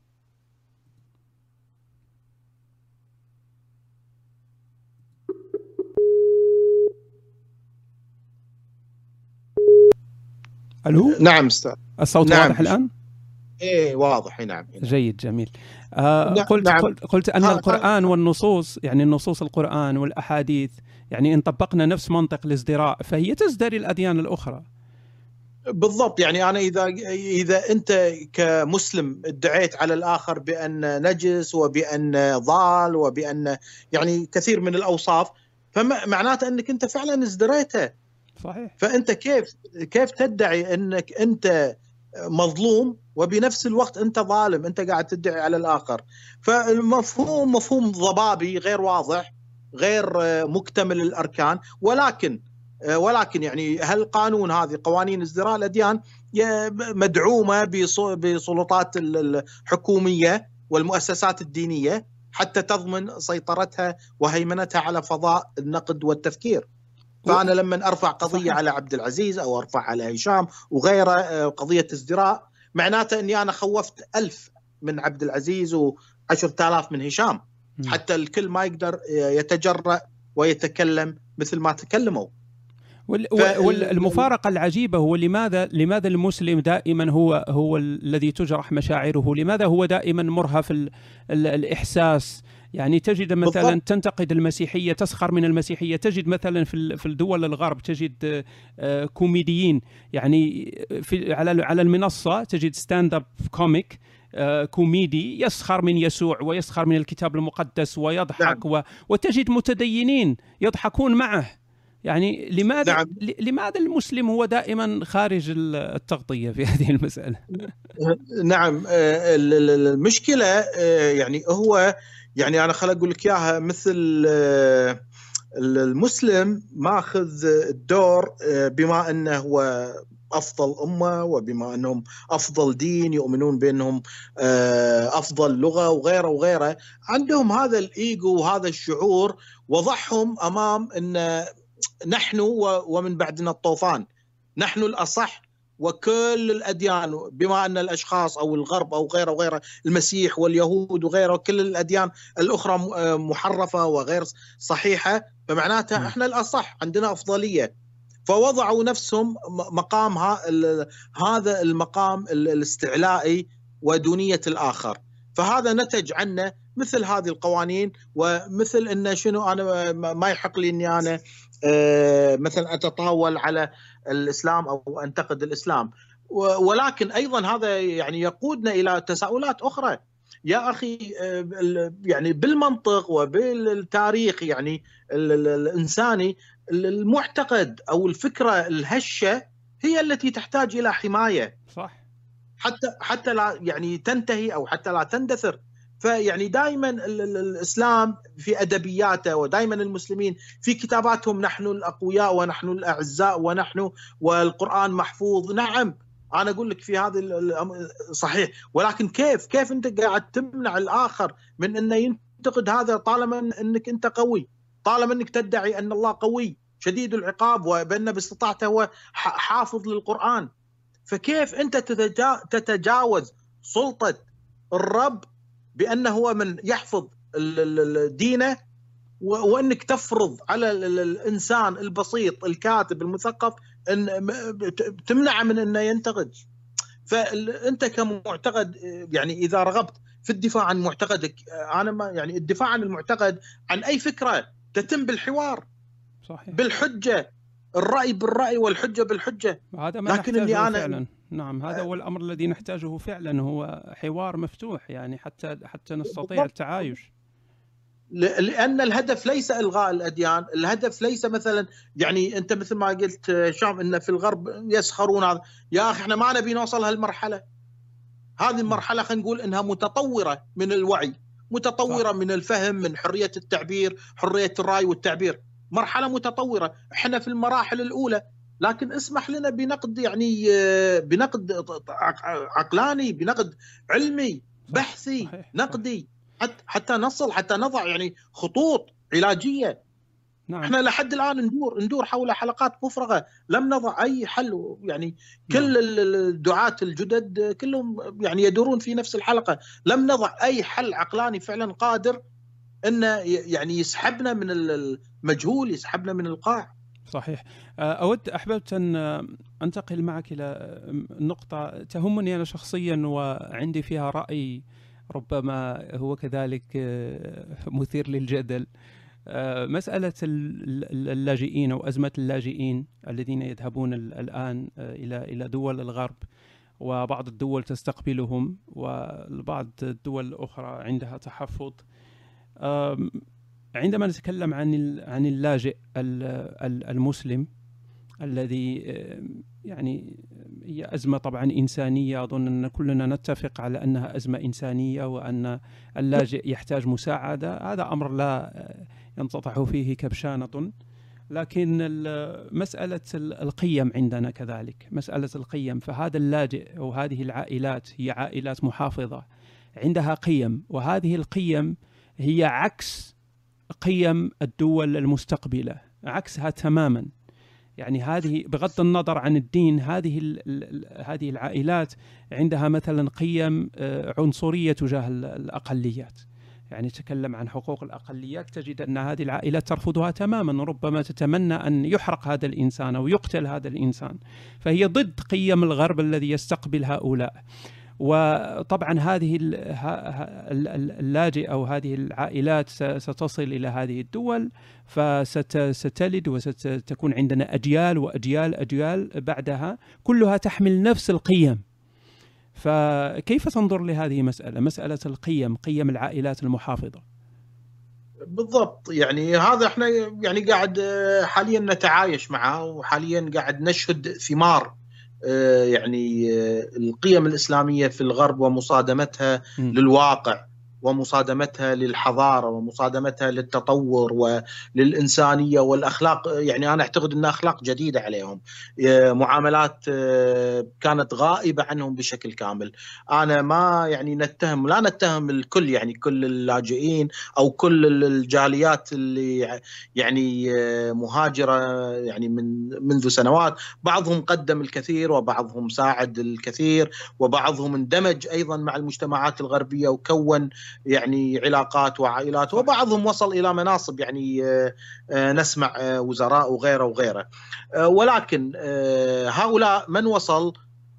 ألو؟ نعم استاذ. الصوت نعم. واضح الآن؟ ايه واضح. نعم. جيد، جميل. آه نعم. قلت نعم. قلت أن آه القرآن والنصوص، يعني النصوص القرآن والأحاديث، يعني إن طبقنا نفس منطق الازدراء فهي تزدري الأديان الأخرى. بالضبط. يعني أنا إذا إذا أنت كمسلم ادعيت على الآخر بأن نجس وبأن ضال وبأن يعني كثير من الأوصاف، فمعناته أنك أنت فعلا ازدريته. صحيح. فأنت كيف كيف تدعي أنك أنت مظلوم وبنفس الوقت أنت ظالم؟ أنت قاعد تدعي على الآخر. فالمفهوم مفهوم ضبابي غير واضح، غير مكتمل الأركان. ولكن ولكن يعني هل قانون هذه قوانين ازدراء الأديان مدعومة بسلطات الحكومية والمؤسسات الدينية حتى تضمن سيطرتها وهيمنتها على فضاء النقد والتفكير. فأنا لما أرفع قضية على عبد العزيز أو أرفع على هشام وغيره قضية ازدراء، معناته أني أنا خوفت ألف من عبد العزيز وعشرة آلاف من هشام، حتى الكل ما يقدر يتجرأ ويتكلم مثل ما تكلموا. والمفارقة العجيبة هو لماذا لماذا المسلم دائما هو هو الذي تجرح مشاعره؟ لماذا هو دائما مرهف ال ال الإحساس؟ يعني تجد مثلا بالضبط. تنتقد المسيحية، تسخر من المسيحية. تجد مثلا في في الدول الغرب تجد كوميديين، يعني في على على المنصة تجد ستاند اب كوميك كوميدي يسخر من يسوع ويسخر من الكتاب المقدس ويضحك. نعم. وتجد متدينين يضحكون معه. يعني لماذا نعم. لماذا المسلم هو دائما خارج التغطية في هذه المسألة؟ نعم، المشكلة يعني هو يعني أنا خل أقول لك إياها، مثل المسلم ماخذ الدور بما أنه هو أفضل أمة وبما أنهم أفضل دين، يؤمنون بأنهم أفضل لغة وغيره وغيره. عندهم هذا الإيجو وهذا الشعور، وضعهم أمام أن نحن ومن بعدنا الطوفان، نحن الأصح، وكل الأديان بما أن الأشخاص أو الغرب أو غيره وغيره، المسيح واليهود وغيره، كل الأديان الأخرى محرفة وغير صحيحة، فمعناتها إحنا الأصح، عندنا أفضلية. فوضعوا نفسهم مقام هذا المقام الاستعلائي ودونية الآخر. فهذا نتج عنه مثل هذه القوانين، ومثل أن شنو أنا ما يحق لي أني أنا مثلا أتطاول على الإسلام أو أنتقد الإسلام. ولكن أيضا هذا يعني يقودنا إلى تساؤلات أخرى يا أخي. يعني بالمنطق وبالتاريخ يعني الإنساني، المعتقد أو الفكرة الهشة هي التي تحتاج إلى حماية، صح، حتى حتى لا يعني تنتهي أو حتى لا تندثر. فيعني دائما الإسلام في أدبياته، ودائما المسلمين في كتاباتهم نحن الأقوياء ونحن الأعزاء ونحن والقرآن محفوظ. نعم أنا أقول لك في هذا صحيح، ولكن كيف كيف أنت قاعد تمنع الآخر من أنه ينتقد هذا طالما أنك أنت قوي، طالما أنك تدعي أن الله قوي شديد العقاب وبأن باستطاعته هو حافظ للقرآن؟ فكيف أنت تتجاوز سلطة الرب بأنه هو من يحفظ دينه، وأنك تفرض على الإنسان البسيط الكاتب المثقف أن تمنع من أنه ينتقد؟ فأنت كمعتقد يعني إذا رغبت في الدفاع عن معتقدك، أنا ما يعني الدفاع عن المعتقد عن أي فكرة تتم بالحوار، صحيح، بالحجة، الرأي بالرأي والحجة بالحجة. هذا ما لكن نحتاجه أنا فعلا. نعم هذا هو الأمر الذي نحتاجه فعلا، هو حوار مفتوح يعني حتى حتى نستطيع التعايش. لأن الهدف ليس إلغاء الأديان، الهدف ليس مثلا يعني أنت مثل ما قلت شام إن في الغرب يسخرون هذا. يا أخي إحنا ما نبي نوصل هالمرحلة. هذه المرحلة خلينا نقول إنها متطورة من الوعي، متطورة صح. من الفهم، من حرية التعبير، حرية الرأي والتعبير، مرحلة متطورة. إحنا في المراحل الأولى، لكن اسمح لنا بنقد يعني بنقد عقلاني، بنقد علمي بحثي صحيح. نقدي حتى حتى نصل حتى نضع يعني خطوط علاجية. نعم. احنا لحد الآن ندور ندور حول حلقات مفرغة، لم نضع أي حل. يعني كل الدعاة الجدد كلهم يعني يدورون في نفس الحلقة، لم نضع أي حل عقلاني فعلا قادر أن يعني يسحبنا من المجهول، يسحبنا من القاع. صحيح. أود أحببت أن أنتقل معك إلى نقطة تهمني أنا شخصيا وعندي فيها رأي ربما هو كذلك مثير للجدل. مسألة اللاجئين أو أزمة اللاجئين الذين يذهبون الآن إلى إلى دول الغرب، وبعض الدول تستقبلهم والبعض الدول الأخرى عندها تحفظ. عندما نتكلم عن عن اللاجئ المسلم الذي يعني هي أزمة طبعا إنسانية، أظن أن كلنا نتفق على أنها أزمة إنسانية وأن اللاجئ يحتاج مساعدة، هذا أمر لا ينتطح فيه كبشانة. لكن مسألة القيم عندنا كذلك، مسألة القيم، فهذا اللاجئ أو هذه العائلات هي عائلات محافظة عندها قيم، وهذه القيم هي عكس قيم الدول المستقبلة، عكسها تماما. يعني هذه بغض النظر عن الدين، هذه هذه العائلات عندها مثلا قيم عنصرية تجاه الأقليات، يعني تكلم عن حقوق الأقليات، تجد أن هذه العائلات ترفضها تماما، ربما تتمنى أن يحرق هذا الإنسان أو يقتل هذا الإنسان، فهي ضد قيم الغرب الذي يستقبل هؤلاء. وطبعا هذه اللاجئ أو هذه العائلات ستصل إلى هذه الدول، فستلد وستكون عندنا أجيال وأجيال أجيال بعدها كلها تحمل نفس القيم. فكيف تنظر لهذه المسألة، مسألة القيم، قيم العائلات المحافظة؟ بالضبط، يعني هذا احنا يعني قاعد حاليا نتعايش معه، وحاليا قاعد نشهد ثمار يعني القيم الإسلامية في الغرب ومصادمتها م. للواقع، ومصادمتها للحضارة، ومصادمتها للتطور وللإنسانية والأخلاق. يعني أنا أعتقد أنها أخلاق جديدة عليهم، معاملات كانت غائبة عنهم بشكل كامل. أنا ما يعني نتهم لا نتهم الكل، يعني كل اللاجئين أو كل الجاليات اللي يعني مهاجرة يعني من منذ سنوات، بعضهم قدم الكثير وبعضهم ساعد الكثير وبعضهم اندمج أيضا مع المجتمعات الغربية وكون يعني علاقات وعائلات، وبعضهم وصل إلى مناصب، يعني نسمع وزراء وغيره وغيره. ولكن هؤلاء من وصل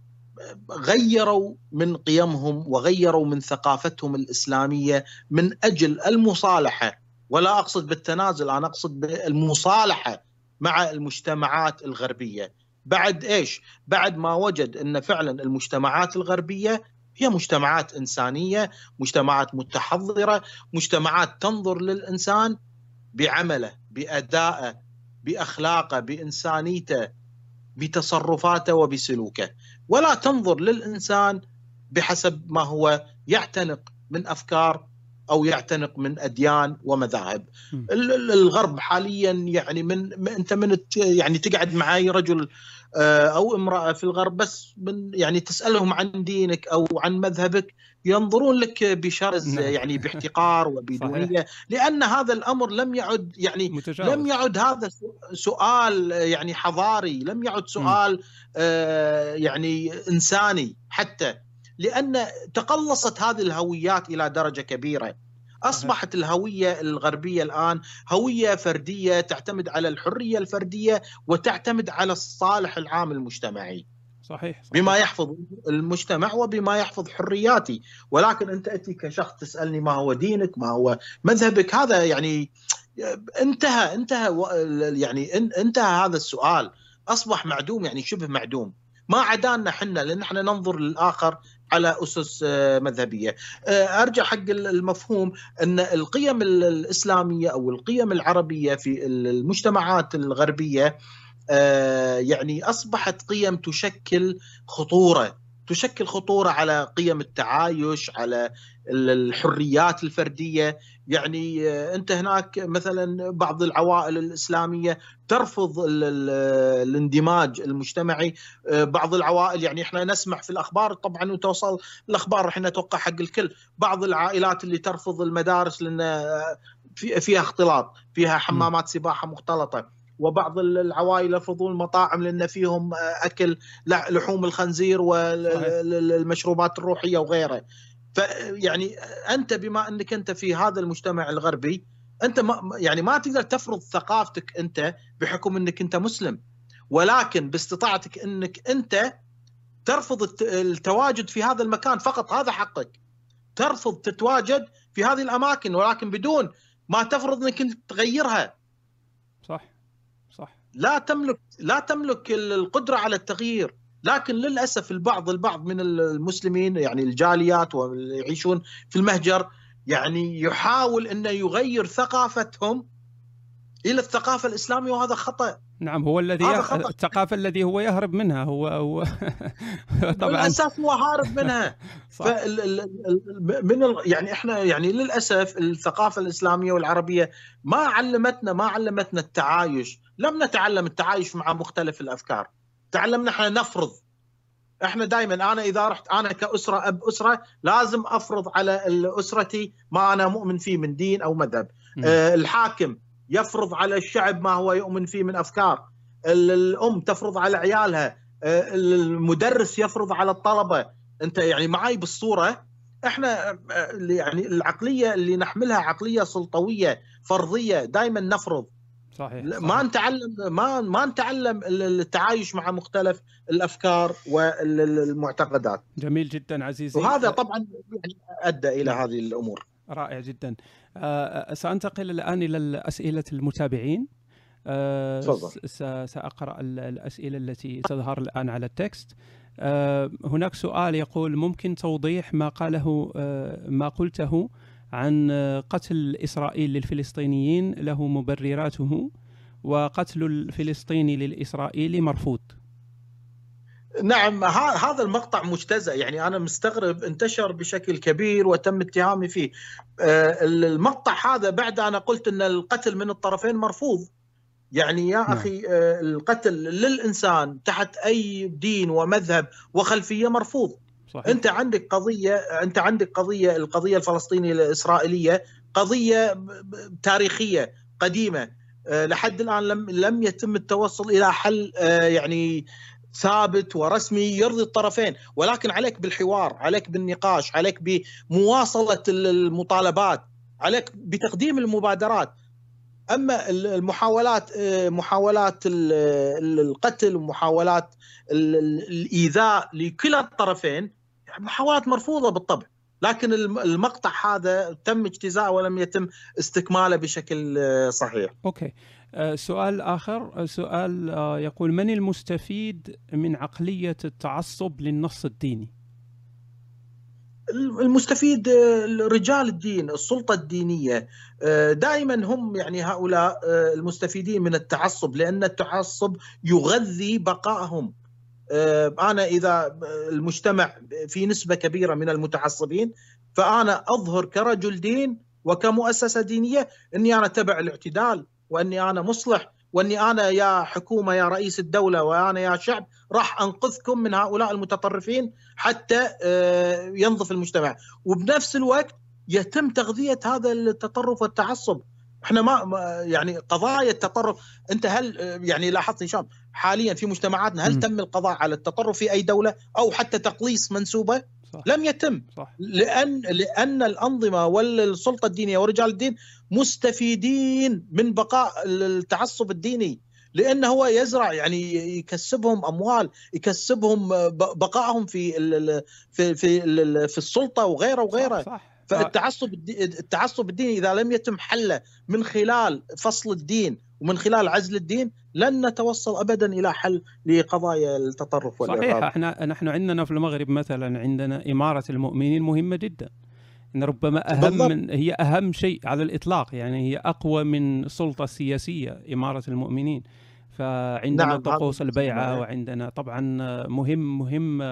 غيروا من قيمهم وغيروا من ثقافتهم الإسلامية من أجل المصالحة، ولا أقصد بالتنازل، أنا أقصد بالمصالحة مع المجتمعات الغربية. بعد إيش؟ بعد ما وجد أن فعلا المجتمعات الغربية هي مجتمعات إنسانية، مجتمعات متحضرة، مجتمعات تنظر للإنسان بعمله، بأدائه، بأخلاقه، بإنسانيته، بتصرفاته وبسلوكه، ولا تنظر للإنسان بحسب ما هو يعتنق من أفكار أو يعتنق من أديان ومذاهب. الغرب حاليا يعني من أنت من يعني تقعد معي رجل أو امرأة في الغرب بس من يعني تسألهم عن دينك أو عن مذهبك ينظرون لك بشرز يعني باحتقار وبدونية، لأن هذا الأمر لم يعد يعني متجاوز. لم يعد هذا سؤال يعني حضاري، لم يعد سؤال آه يعني إنساني حتى، لأن تقلصت هذه الهويات إلى درجة كبيرة. أصبحت الهوية الغربية الآن هوية فردية تعتمد على الحرية الفردية وتعتمد على الصالح العام المجتمعي. صحيح, صحيح. بما يحفظ المجتمع وبما يحفظ حرياتي. ولكن أنت أتي كشخص تسألني ما هو دينك، ما هو مذهبك، هذا يعني انتهى انتهى يعني انتهى هذا السؤال، أصبح معدوم، يعني شبه معدوم. ما عدانا حنا، لأن احنا ننظر للآخر على أسس مذهبية. أرجع حق المفهوم أن القيم الإسلامية أو القيم العربية في المجتمعات الغربية يعني أصبحت قيم تشكل خطورة تشكل خطورة على قيم التعايش، على الحريات الفردية. يعني أنت هناك مثلا بعض العوائل الإسلامية ترفض الاندماج المجتمعي، بعض العوائل يعني احنا نسمع في الأخبار طبعا وتوصل الأخبار احنا نتوقع حق الكل، بعض العائلات اللي ترفض المدارس لأن فيها اختلاط، فيها حمامات سباحة مختلطة، وبعض العوائل يرفضون المطاعم لأن فيهم أكل لحوم الخنزير والمشروبات الروحية وغيرها. فيعني أنت بما أنك أنت في هذا المجتمع الغربي، أنت ما يعني ما تقدر تفرض ثقافتك أنت بحكم أنك أنت مسلم، ولكن باستطاعتك أنك أنت ترفض التواجد في هذا المكان فقط، هذا حقك. ترفض تتواجد في هذه الأماكن ولكن بدون ما تفرض أنك أنت تغيرها. صح صح. لا تملك لا تملك القدرة على التغيير. لكن للأسف البعض البعض من المسلمين يعني الجاليات واللي يعيشون في المهجر يعني يحاول أنه يغير ثقافتهم إلى الثقافة الإسلامية، وهذا خطأ. نعم، هو الذي يه... الثقافة الذي هو يهرب منها هو, هو... طبعا بالأساس هو هارب منها. فال... من ال... يعني احنا يعني للأسف الثقافة الإسلامية والعربية ما علمتنا ما علمتنا التعايش. لم نتعلم التعايش مع مختلف الأفكار، تعلمنا احنا نفرض. احنا دائما انا اذا رحت انا كأسرة اب أسرة لازم افرض على أسرتي ما انا مؤمن فيه من دين او مذهب. آه الحاكم يفرض على الشعب ما هو يؤمن فيه من أفكار، الأم تفرض على عيالها، المدرس يفرض على الطلبة. أنت يعني معي بالصورة. إحنا يعني العقلية اللي نحملها عقلية سلطوية فرضية، دائما نفرض. صحيح. صحيح. ما نتعلم ما ما نتعلم التعايش مع مختلف الأفكار والمعتقدات. جميل جدا عزيزي. وهذا طبعا يعني أدى إلى هذه الأمور. رائع جدا. أه سأنتقل الآن إلى أسئلة المتابعين. أه سأقرأ الأسئلة التي تظهر الآن على التكست. أه هناك سؤال يقول: ممكن توضيح ما قاله أه ما قلته عن قتل إسرائيل للفلسطينيين له مبرراته، وقتل الفلسطيني للإسرائيلي مرفوض؟ نعم، هذا المقطع مجتزأ، يعني أنا مستغرب انتشر بشكل كبير وتم اتهامي فيه. المقطع هذا بعد أنا قلت أن القتل من الطرفين مرفوض. يعني يا نعم. أخي القتل للإنسان تحت أي دين ومذهب وخلفية مرفوض. صحيح. أنت عندك قضية أنت عندك قضية القضية الفلسطينية الإسرائيلية قضية تاريخية قديمة، لحد الآن لم لم يتم التوصل إلى حل يعني ثابت ورسمي يرضي الطرفين. ولكن عليك بالحوار، عليك بالنقاش، عليك بمواصلة المطالبات، عليك بتقديم المبادرات. أما المحاولات محاولات القتل ومحاولات الإيذاء لكلا الطرفين محاولات مرفوضة بالطبع. لكن المقطع هذا تم اجتزاءه ولم يتم استكماله بشكل صحيح. أوكي. سؤال آخر، سؤال يقول: من المستفيد من عقلية التعصب للنص الديني؟ المستفيد رجال الدين، السلطة الدينية، دائما هم يعني هؤلاء المستفيدين من التعصب، لأن التعصب يغذي بقائهم. أنا إذا المجتمع في نسبة كبيرة من المتعصبين، فأنا أظهر كرجل دين وكمؤسسة دينية أني أنا تبع الاعتدال، وأني أنا مصلح، وأني أنا يا حكومة يا رئيس الدولة وأنا يا شعب راح أنقذكم من هؤلاء المتطرفين حتى ينظف المجتمع. وبنفس الوقت يتم تغذية هذا التطرف والتعصب. احنا ما يعني قضايا التطرف، انت هل يعني لاحظت هشام حاليا في مجتمعاتنا هل م. تم القضاء على التطرف في اي دوله او حتى تقليص منسوبه؟ صح. لم يتم. صح. لان لان الانظمه والسلطه الدينيه ورجال الدين مستفيدين من بقاء التعصب الديني، لانه هو يزرع يعني يكسبهم اموال، يكسبهم بقائهم في في في في السلطه وغيره وغيره. صح. صح. فالتعصب التعصب الديني إذا لم يتم حله من خلال فصل الدين ومن خلال عزل الدين لن نتوصل أبدا إلى حل لقضايا التطرف والإرهاب. صحيح. احنا نحن عندنا في المغرب مثلا عندنا إمارة المؤمنين مهمة جدا، إن ربما أهم من هي أهم شيء على الإطلاق، يعني هي أقوى من السلطة السياسية إمارة المؤمنين. فعندنا نعم طقوس البيعة، وعندنا طبعا مهم مهم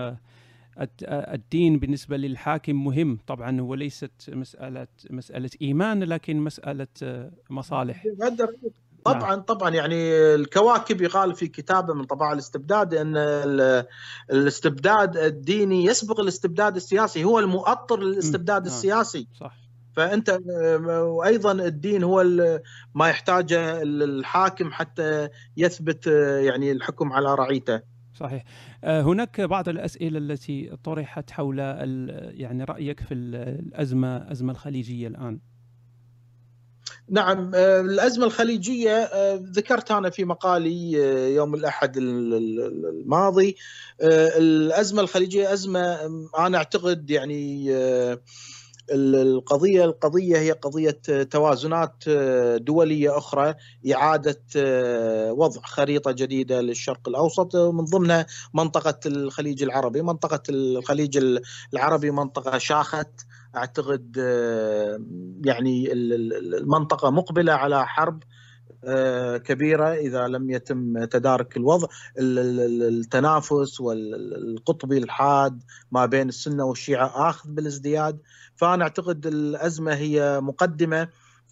الدين بالنسبة للحاكم مهم طبعا، وليست مسألة مسألة إيمان لكن مسألة مصالح. طبعا نعم. طبعا يعني الكواكب يقال في كتابه من طباع الاستبداد ان الاستبداد الديني يسبق الاستبداد السياسي، هو المؤطر للاستبداد م. السياسي. صح. فأنت وأيضا الدين هو ما يحتاجه الحاكم حتى يثبت يعني الحكم على رعيته. صحيح. هناك بعض الأسئلة التي طرحت حول يعني رأيك في الأزمة الأزمة الخليجية الآن. نعم، الأزمة الخليجية ذكرت أنا في مقالي يوم الأحد الماضي. الأزمة الخليجية أزمة أنا أعتقد يعني القضية القضية هي قضية توازنات دولية أخرى، إعادة وضع خريطة جديدة للشرق الأوسط، من ضمنها منطقة الخليج العربي. منطقة الخليج العربي منطقة شاخت، أعتقد يعني المنطقة مقبلة على حرب كبيرة إذا لم يتم تدارك الوضع. التنافس والقطبي الحاد ما بين السنة والشيعة آخذ بالازدياد. فأنا أعتقد الأزمة هي مقدمة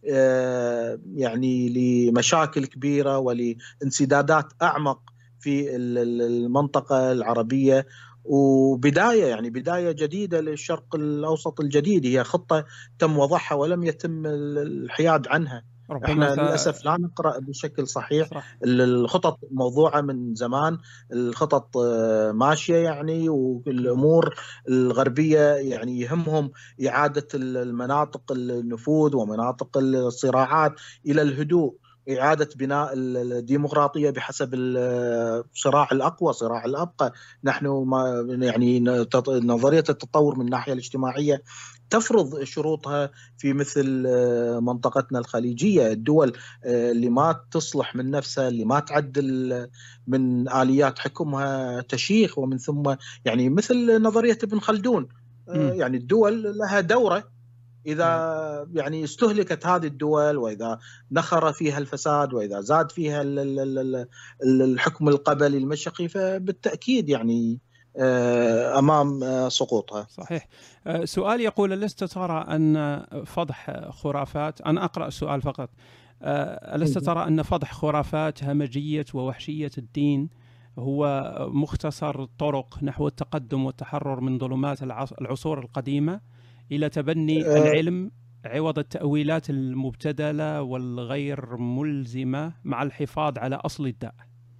يعني لمشاكل كبيرة ولانسدادات أعمق في المنطقة العربية، وبداية يعني بداية جديدة للشرق الأوسط الجديد. هي خطة تم وضعها ولم يتم الحياد عنها. احنا للأسف لا نقرأ بشكل صحيح. صح. الخطط موضوعة من زمان، الخطط ماشية يعني، والأمور الغربية يعني يهمهم إعادة المناطق النفوذ ومناطق الصراعات إلى الهدوء، إعادة بناء الديمقراطية بحسب الصراع الأقوى صراع الأبقى. نحن ما يعني نظرية التطور من الناحية الاجتماعية تفرض شروطها في مثل منطقتنا الخليجية. الدول اللي ما تصلح من نفسها، اللي ما تعدل من آليات حكمها تشيخ، ومن ثم يعني مثل نظرية ابن خلدون يعني الدول لها دورة. إذا يعني استهلكت هذه الدول، وإذا نخر فيها الفساد، وإذا زاد فيها الحكم القبلي المشقي، فبالتأكيد يعني أمام سقوطها. صحيح. سؤال يقول: لست ترى أن فضح خرافات، أنا أقرأ السؤال فقط، لست ترى أن فضح خرافات همجية ووحشية الدين هو مختصر الطرق نحو التقدم والتحرر من ظلمات العصور القديمة إلى تبني العلم عوض التأويلات المبتذلة والغير ملزمة مع الحفاظ على أصل الداء؟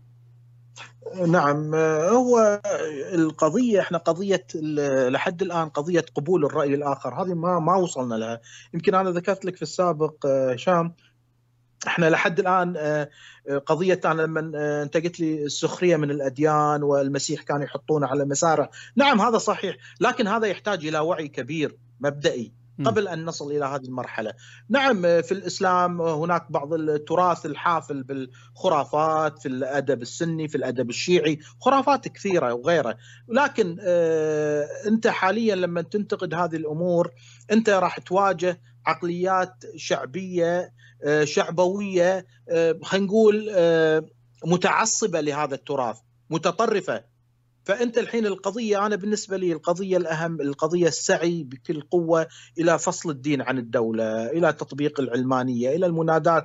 نعم، هو القضية احنا قضية لحد الآن قضية قبول الرأي الآخر، هذه ما ما وصلنا لها. يمكن أنا ذكرت لك في السابق هشام، احنا لحد الآن قضية أنا لما أنت قلت لي السخرية من الأديان والمسيح كانوا يحطونه على مسارح، نعم هذا صحيح، لكن هذا يحتاج إلى وعي كبير مبدئي. قبل أن نصل إلى هذه المرحلة. نعم في الإسلام هناك بعض التراث الحافل بالخرافات، في الأدب السني، في الأدب الشيعي خرافات كثيرة وغيرها، لكن أنت حاليا لما تنتقد هذه الأمور أنت راح تواجه عقليات شعبية شعبوية، خلينا نقول متعصبة لهذا التراث، متطرفة. فأنت الحين القضية، أنا بالنسبة لي القضية الأهم القضية السعي بكل قوة إلى فصل الدين عن الدولة، إلى تطبيق العلمانية، إلى المناداة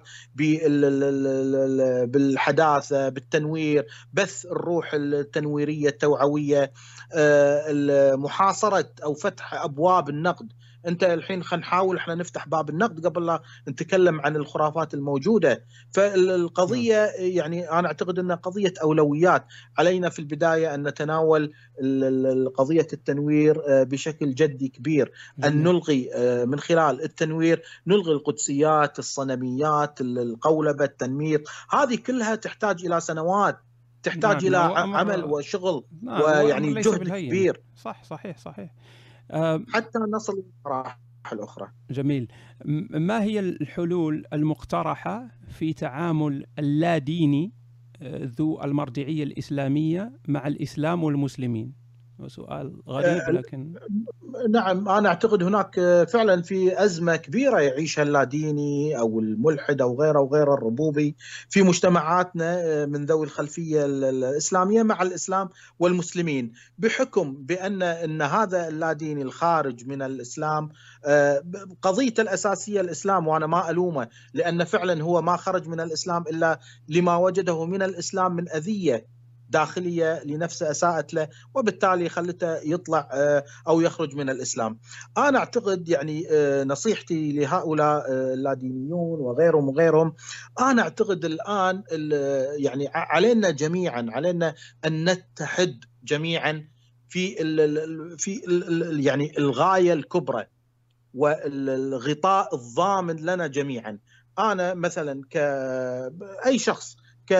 بالحداثة، بالتنوير، بث الروح التنويرية التوعوية، محاصرة أو فتح أبواب النقد. أنت الحين خلينا نحاول إحنا نفتح باب النقد قبل لا نتكلم عن الخرافات الموجودة. فالقضية يعني أنا أعتقد أنها قضية أولويات. علينا في البداية أن نتناول قضية التنوير بشكل جدي كبير، أن نلغي من خلال التنوير نلغي القدسيات، الصنميات، القولبة، التنميط، هذه كلها تحتاج إلى سنوات، تحتاج نعم. إلى عمل وشغل. نعم. ويعني جهد كبير. صح صحيح صحيح حتى نصل للمراحل الأخرى. جميل. ما هي الحلول المقترحة في تعامل اللاديني ذو المرجعية الإسلامية مع الإسلام والمسلمين؟ سؤال غريب لكن نعم أنا أعتقد هناك فعلا في أزمة كبيرة يعيشها اللاديني أو الملحد أو غيره وغيره الربوبي في مجتمعاتنا من ذوي الخلفية الإسلامية مع الإسلام والمسلمين، بحكم بأن أن هذا اللاديني الخارج من الإسلام قضيته الأساسية الإسلام، وأنا ما ألومه لأن فعلا هو ما خرج من الإسلام إلا لما وجده من الإسلام من أذية داخلية لنفسه أساءت له، وبالتالي خلته يطلع أو يخرج من الإسلام. أنا أعتقد يعني نصيحتي لهؤلاء اللادينيون وغيرهم وغيرهم، أنا أعتقد الآن يعني علينا جميعا علينا أن نتحد جميعا في ال في ال يعني الغاية الكبرى والغطاء الضامن لنا جميعا. أنا مثلا كأي شخص،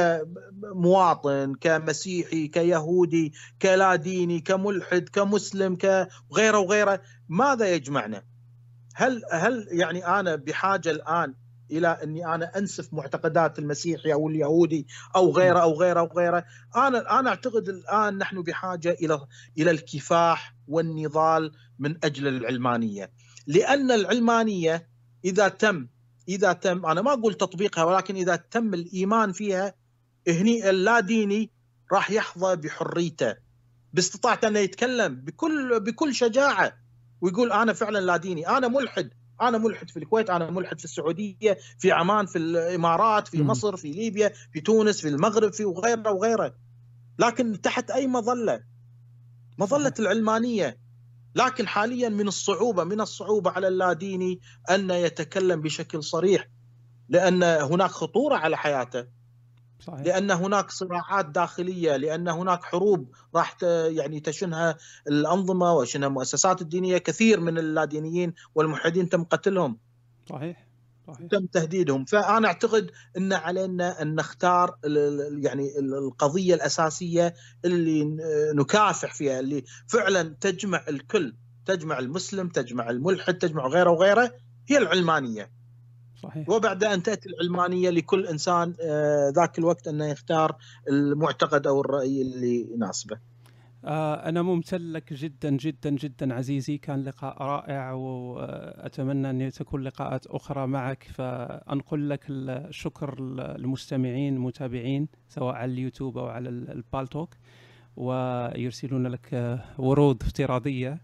كمواطن، كمسيحي، كيهودي، كلاديني، كملحد، كمسلم، كغيره وغيره، ماذا يجمعنا؟ هل هل يعني أنا بحاجة الآن إلى أني أنا أنسف معتقدات المسيحي أو اليهودي أو غيره أو غيره أو غيره؟ أنا أنا أعتقد الآن نحن بحاجة إلى إلى الكفاح والنضال من أجل العلمانية، لأن العلمانية إذا تم إذا تم أنا ما أقول تطبيقها، ولكن إذا تم الإيمان فيها، هني اللاديني راح يحظى بحريته، باستطاعته أنه يتكلم بكل بكل شجاعة ويقول أنا فعلا لاديني، أنا ملحد، أنا ملحد في الكويت، أنا ملحد في السعودية، في عمان، في الإمارات، في مصر، في ليبيا، في تونس، في المغرب، في وغيره وغيره، لكن تحت أي مظلة؟ مظلة العلمانية. لكن حاليا من الصعوبة من الصعوبة على اللاديني أن يتكلم بشكل صريح، لأن هناك خطورة على حياته. صحيح. لأن هناك صراعات داخلية، لأن هناك حروب راح يعني تشنها الأنظمة وشنها المؤسسات الدينية. كثير من اللادينيين والملحدين تم قتلهم، صحيح صحيح، تم تهديدهم. فأنا أعتقد أن علينا أن نختار يعني القضية الأساسية اللي نكافح فيها، اللي فعلا تجمع الكل، تجمع المسلم، تجمع الملحد، تجمع غيره وغيره، هي العلمانية. صحيح. وبعد أن تأتي العلمانية لكل إنسان ذاك الوقت أنه يختار المعتقد أو الرأي اللي يناسبه. أنا ممتن لك جدا جدا جدا عزيزي، كان لقاء رائع، وأتمنى أن تكون لقاءات أخرى معك. فأنقل لك الشكر للمستمعين المتابعين سواء على اليوتيوب أو على البالتوك، ويرسلون لك ورود افتراضية.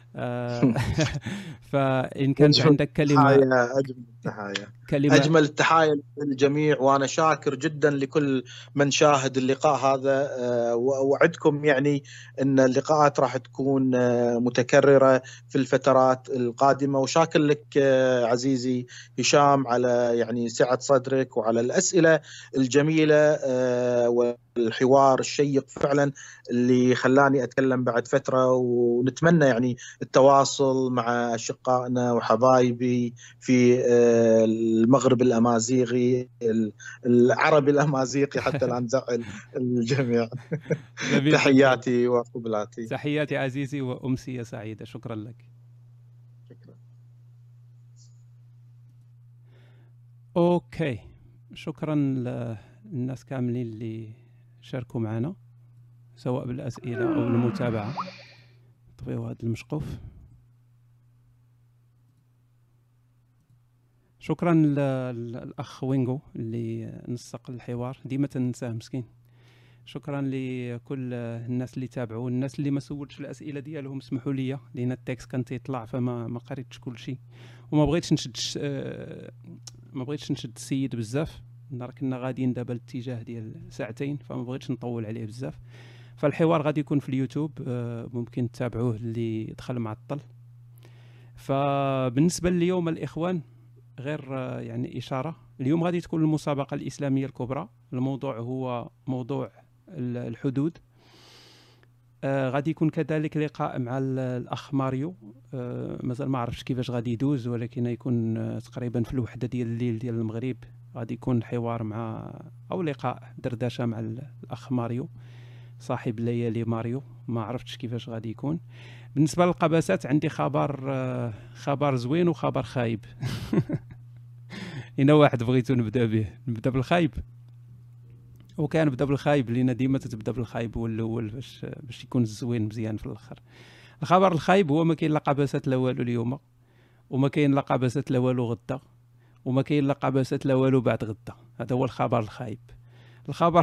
فإن كانت عندك كلمة، أجمل التحايا كلمة أجمل التحايا للجميع، وأنا شاكر جدا لكل من شاهد اللقاء هذا، وأوعدكم يعني أن اللقاءات راح تكون متكررة في الفترات القادمة. وشاكر لك عزيزي هشام على يعني سعة صدرك وعلى الأسئلة الجميلة والحوار الشيق فعلا اللي خلاني أتكلم بعد فترة. ونتمنى يعني التواصل مع أشقائنا وحبايبي في المغرب الأمازيغي، العربي الأمازيغي، حتى الآن زعل الجميع. تحياتي وقبلاتي. تحياتي عزيزي وأمسية سعيدة. شكرا لك. شكرا. اوكي، شكرا للناس كاملين اللي شاركوا معنا سواء بالاسئله او المتابعه. طفيو هذا المشقوف. شكرا للاخ وينغو اللي نسق الحوار، ديما تنساه مسكين. شكرا لكل الناس اللي تابعوا، الناس اللي ما سولتش الاسئله ديالهم اسمحوا لي، لان التكست كان تيطلع فما ما قريتش كل شيء، وما بغيتش نشد ما بغيتش نشد السيد بزاف، كنا غاديين دابا الاتجاه ديال ساعتين، فما بغيتش نطول عليه بزاف. فالحوار غادي يكون في اليوتيوب، ممكن تتابعوه اللي دخل معطل. فبالنسبه لليوم الاخوان، غير يعني اشاره، اليوم غادي تكون المسابقه الاسلاميه الكبرى. الموضوع هو موضوع الحدود. آه غادي يكون كذلك لقاء مع الاخ ماريو. آه مازال ما عرفتش كيفاش غادي يدوز، ولكن يكون آه تقريبا في الوحده ديال الليل ديال المغرب غادي يكون حوار مع او لقاء دردشه مع الاخ ماريو صاحب ليالي ماريو. ما عرفتش كيفاش غادي يكون. بالنسبه للقباسات عندي خبر آه خبر زوين وخبر خايب. هنا واحد بغيتو نبدا به، نبدا بالخايب. وكنبدا بالخايب لان ديما تتبدا بالخايب هو الاول باش باش يكون الزوين مزيان في الاخر. الخبر الخايب هو ما كاين لا قباسات لا والو اليوم، وما كاين لا قباسات لا والو غدا، وما كاين لا قباسات لا والو بعد غدا. هذا هو الخبر الخايب. الخبر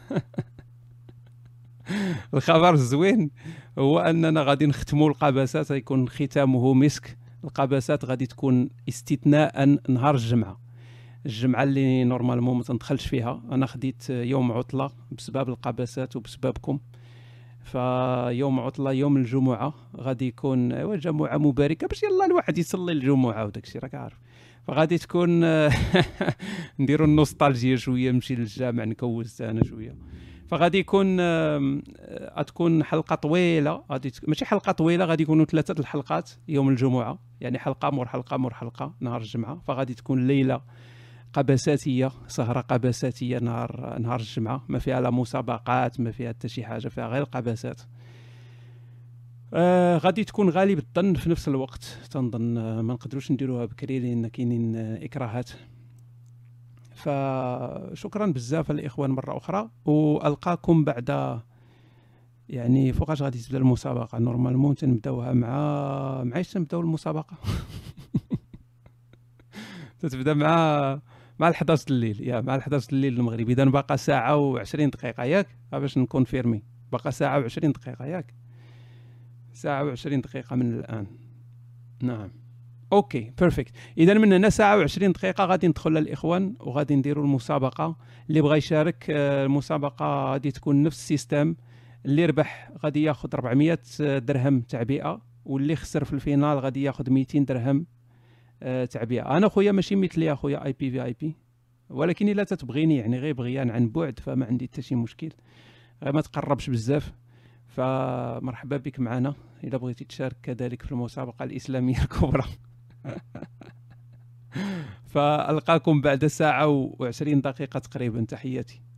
الخبر الزوين هو اننا غادي نختموا القباسات، غيكون ختامه مسك. القباسات غادي تكون استثناء نهار الجمعه، الجمعه اللي نورمالمون ما تندخلش فيها. انا خديت يوم عطله بسبب القباسات وبسببكم. فيوم عطله يوم الجمعه غادي يكون ايوا جمعه مباركه باش يلا الواحد يصلي الجمعه وداك الشيء راك عارف. فغادي تكون نديروا النوستالجيا شويه، نمشي للجامع نكوز انا شويه. فغادي يكون غتكون حلقه طويله، غادي ماشي حلقه طويله، غادي يكونوا ثلاثه الحلقات يوم الجمعه، يعني حلقه مور حلقه مور حلقه نهار الجمعه. فغادي تكون ليله قبساتيه، سهره قبساتيه نهار نهار الجمعه، ما فيها لا مسابقات، ما فيها حتى شي حاجه، فيها غير القبسات. آه غادي تكون غالب الظن في نفس الوقت، تنظن آه ما نقدروش نديروها بكري لان كاينين آه اكراهات. فشكرا بزاف الاخوان مره اخرى، والقاكم بعد يعني فوقاش غادي تبدا المسابقه. نورمالمون تنبداوها مع مع ايش تنبداو المسابقه؟ تتبدا مع مع الحداش الليل، يا مع الحداش الليل المغربي. اذا باقا ساعه وعشرين دقيقه ياك، باش نكون فيرمي، باقا ساعه وعشرين دقيقه ياك، ساعه وعشرين دقيقه من الان. نعم اوكي بيرفكت. اذا من هنا ساعه وعشرين دقيقه غادي ندخل للاخوان وغادي نديروا المسابقه. اللي بغى يشارك المسابقه غادي تكون نفس السيستم. اللي ربح غادي ياخذ أربعمية درهم تعبئه، واللي خسر في الفينال غادي ياخذ ميتين درهم تعبئه. انا خويا ماشي مثلي يا خويا اي بي في اي بي، ولكن الا تتبغيني يعني غير بغيان عن بعد فما عندي حتى شي مشكل، غير ما تقربش بزاف. فمرحبا بك معنا اذا بغيتي تشارك كذلك في المسابقه الاسلاميه الكبرى. فالقاكم بعد ساعه وعشرين دقيقه تقريبا. تحياتي.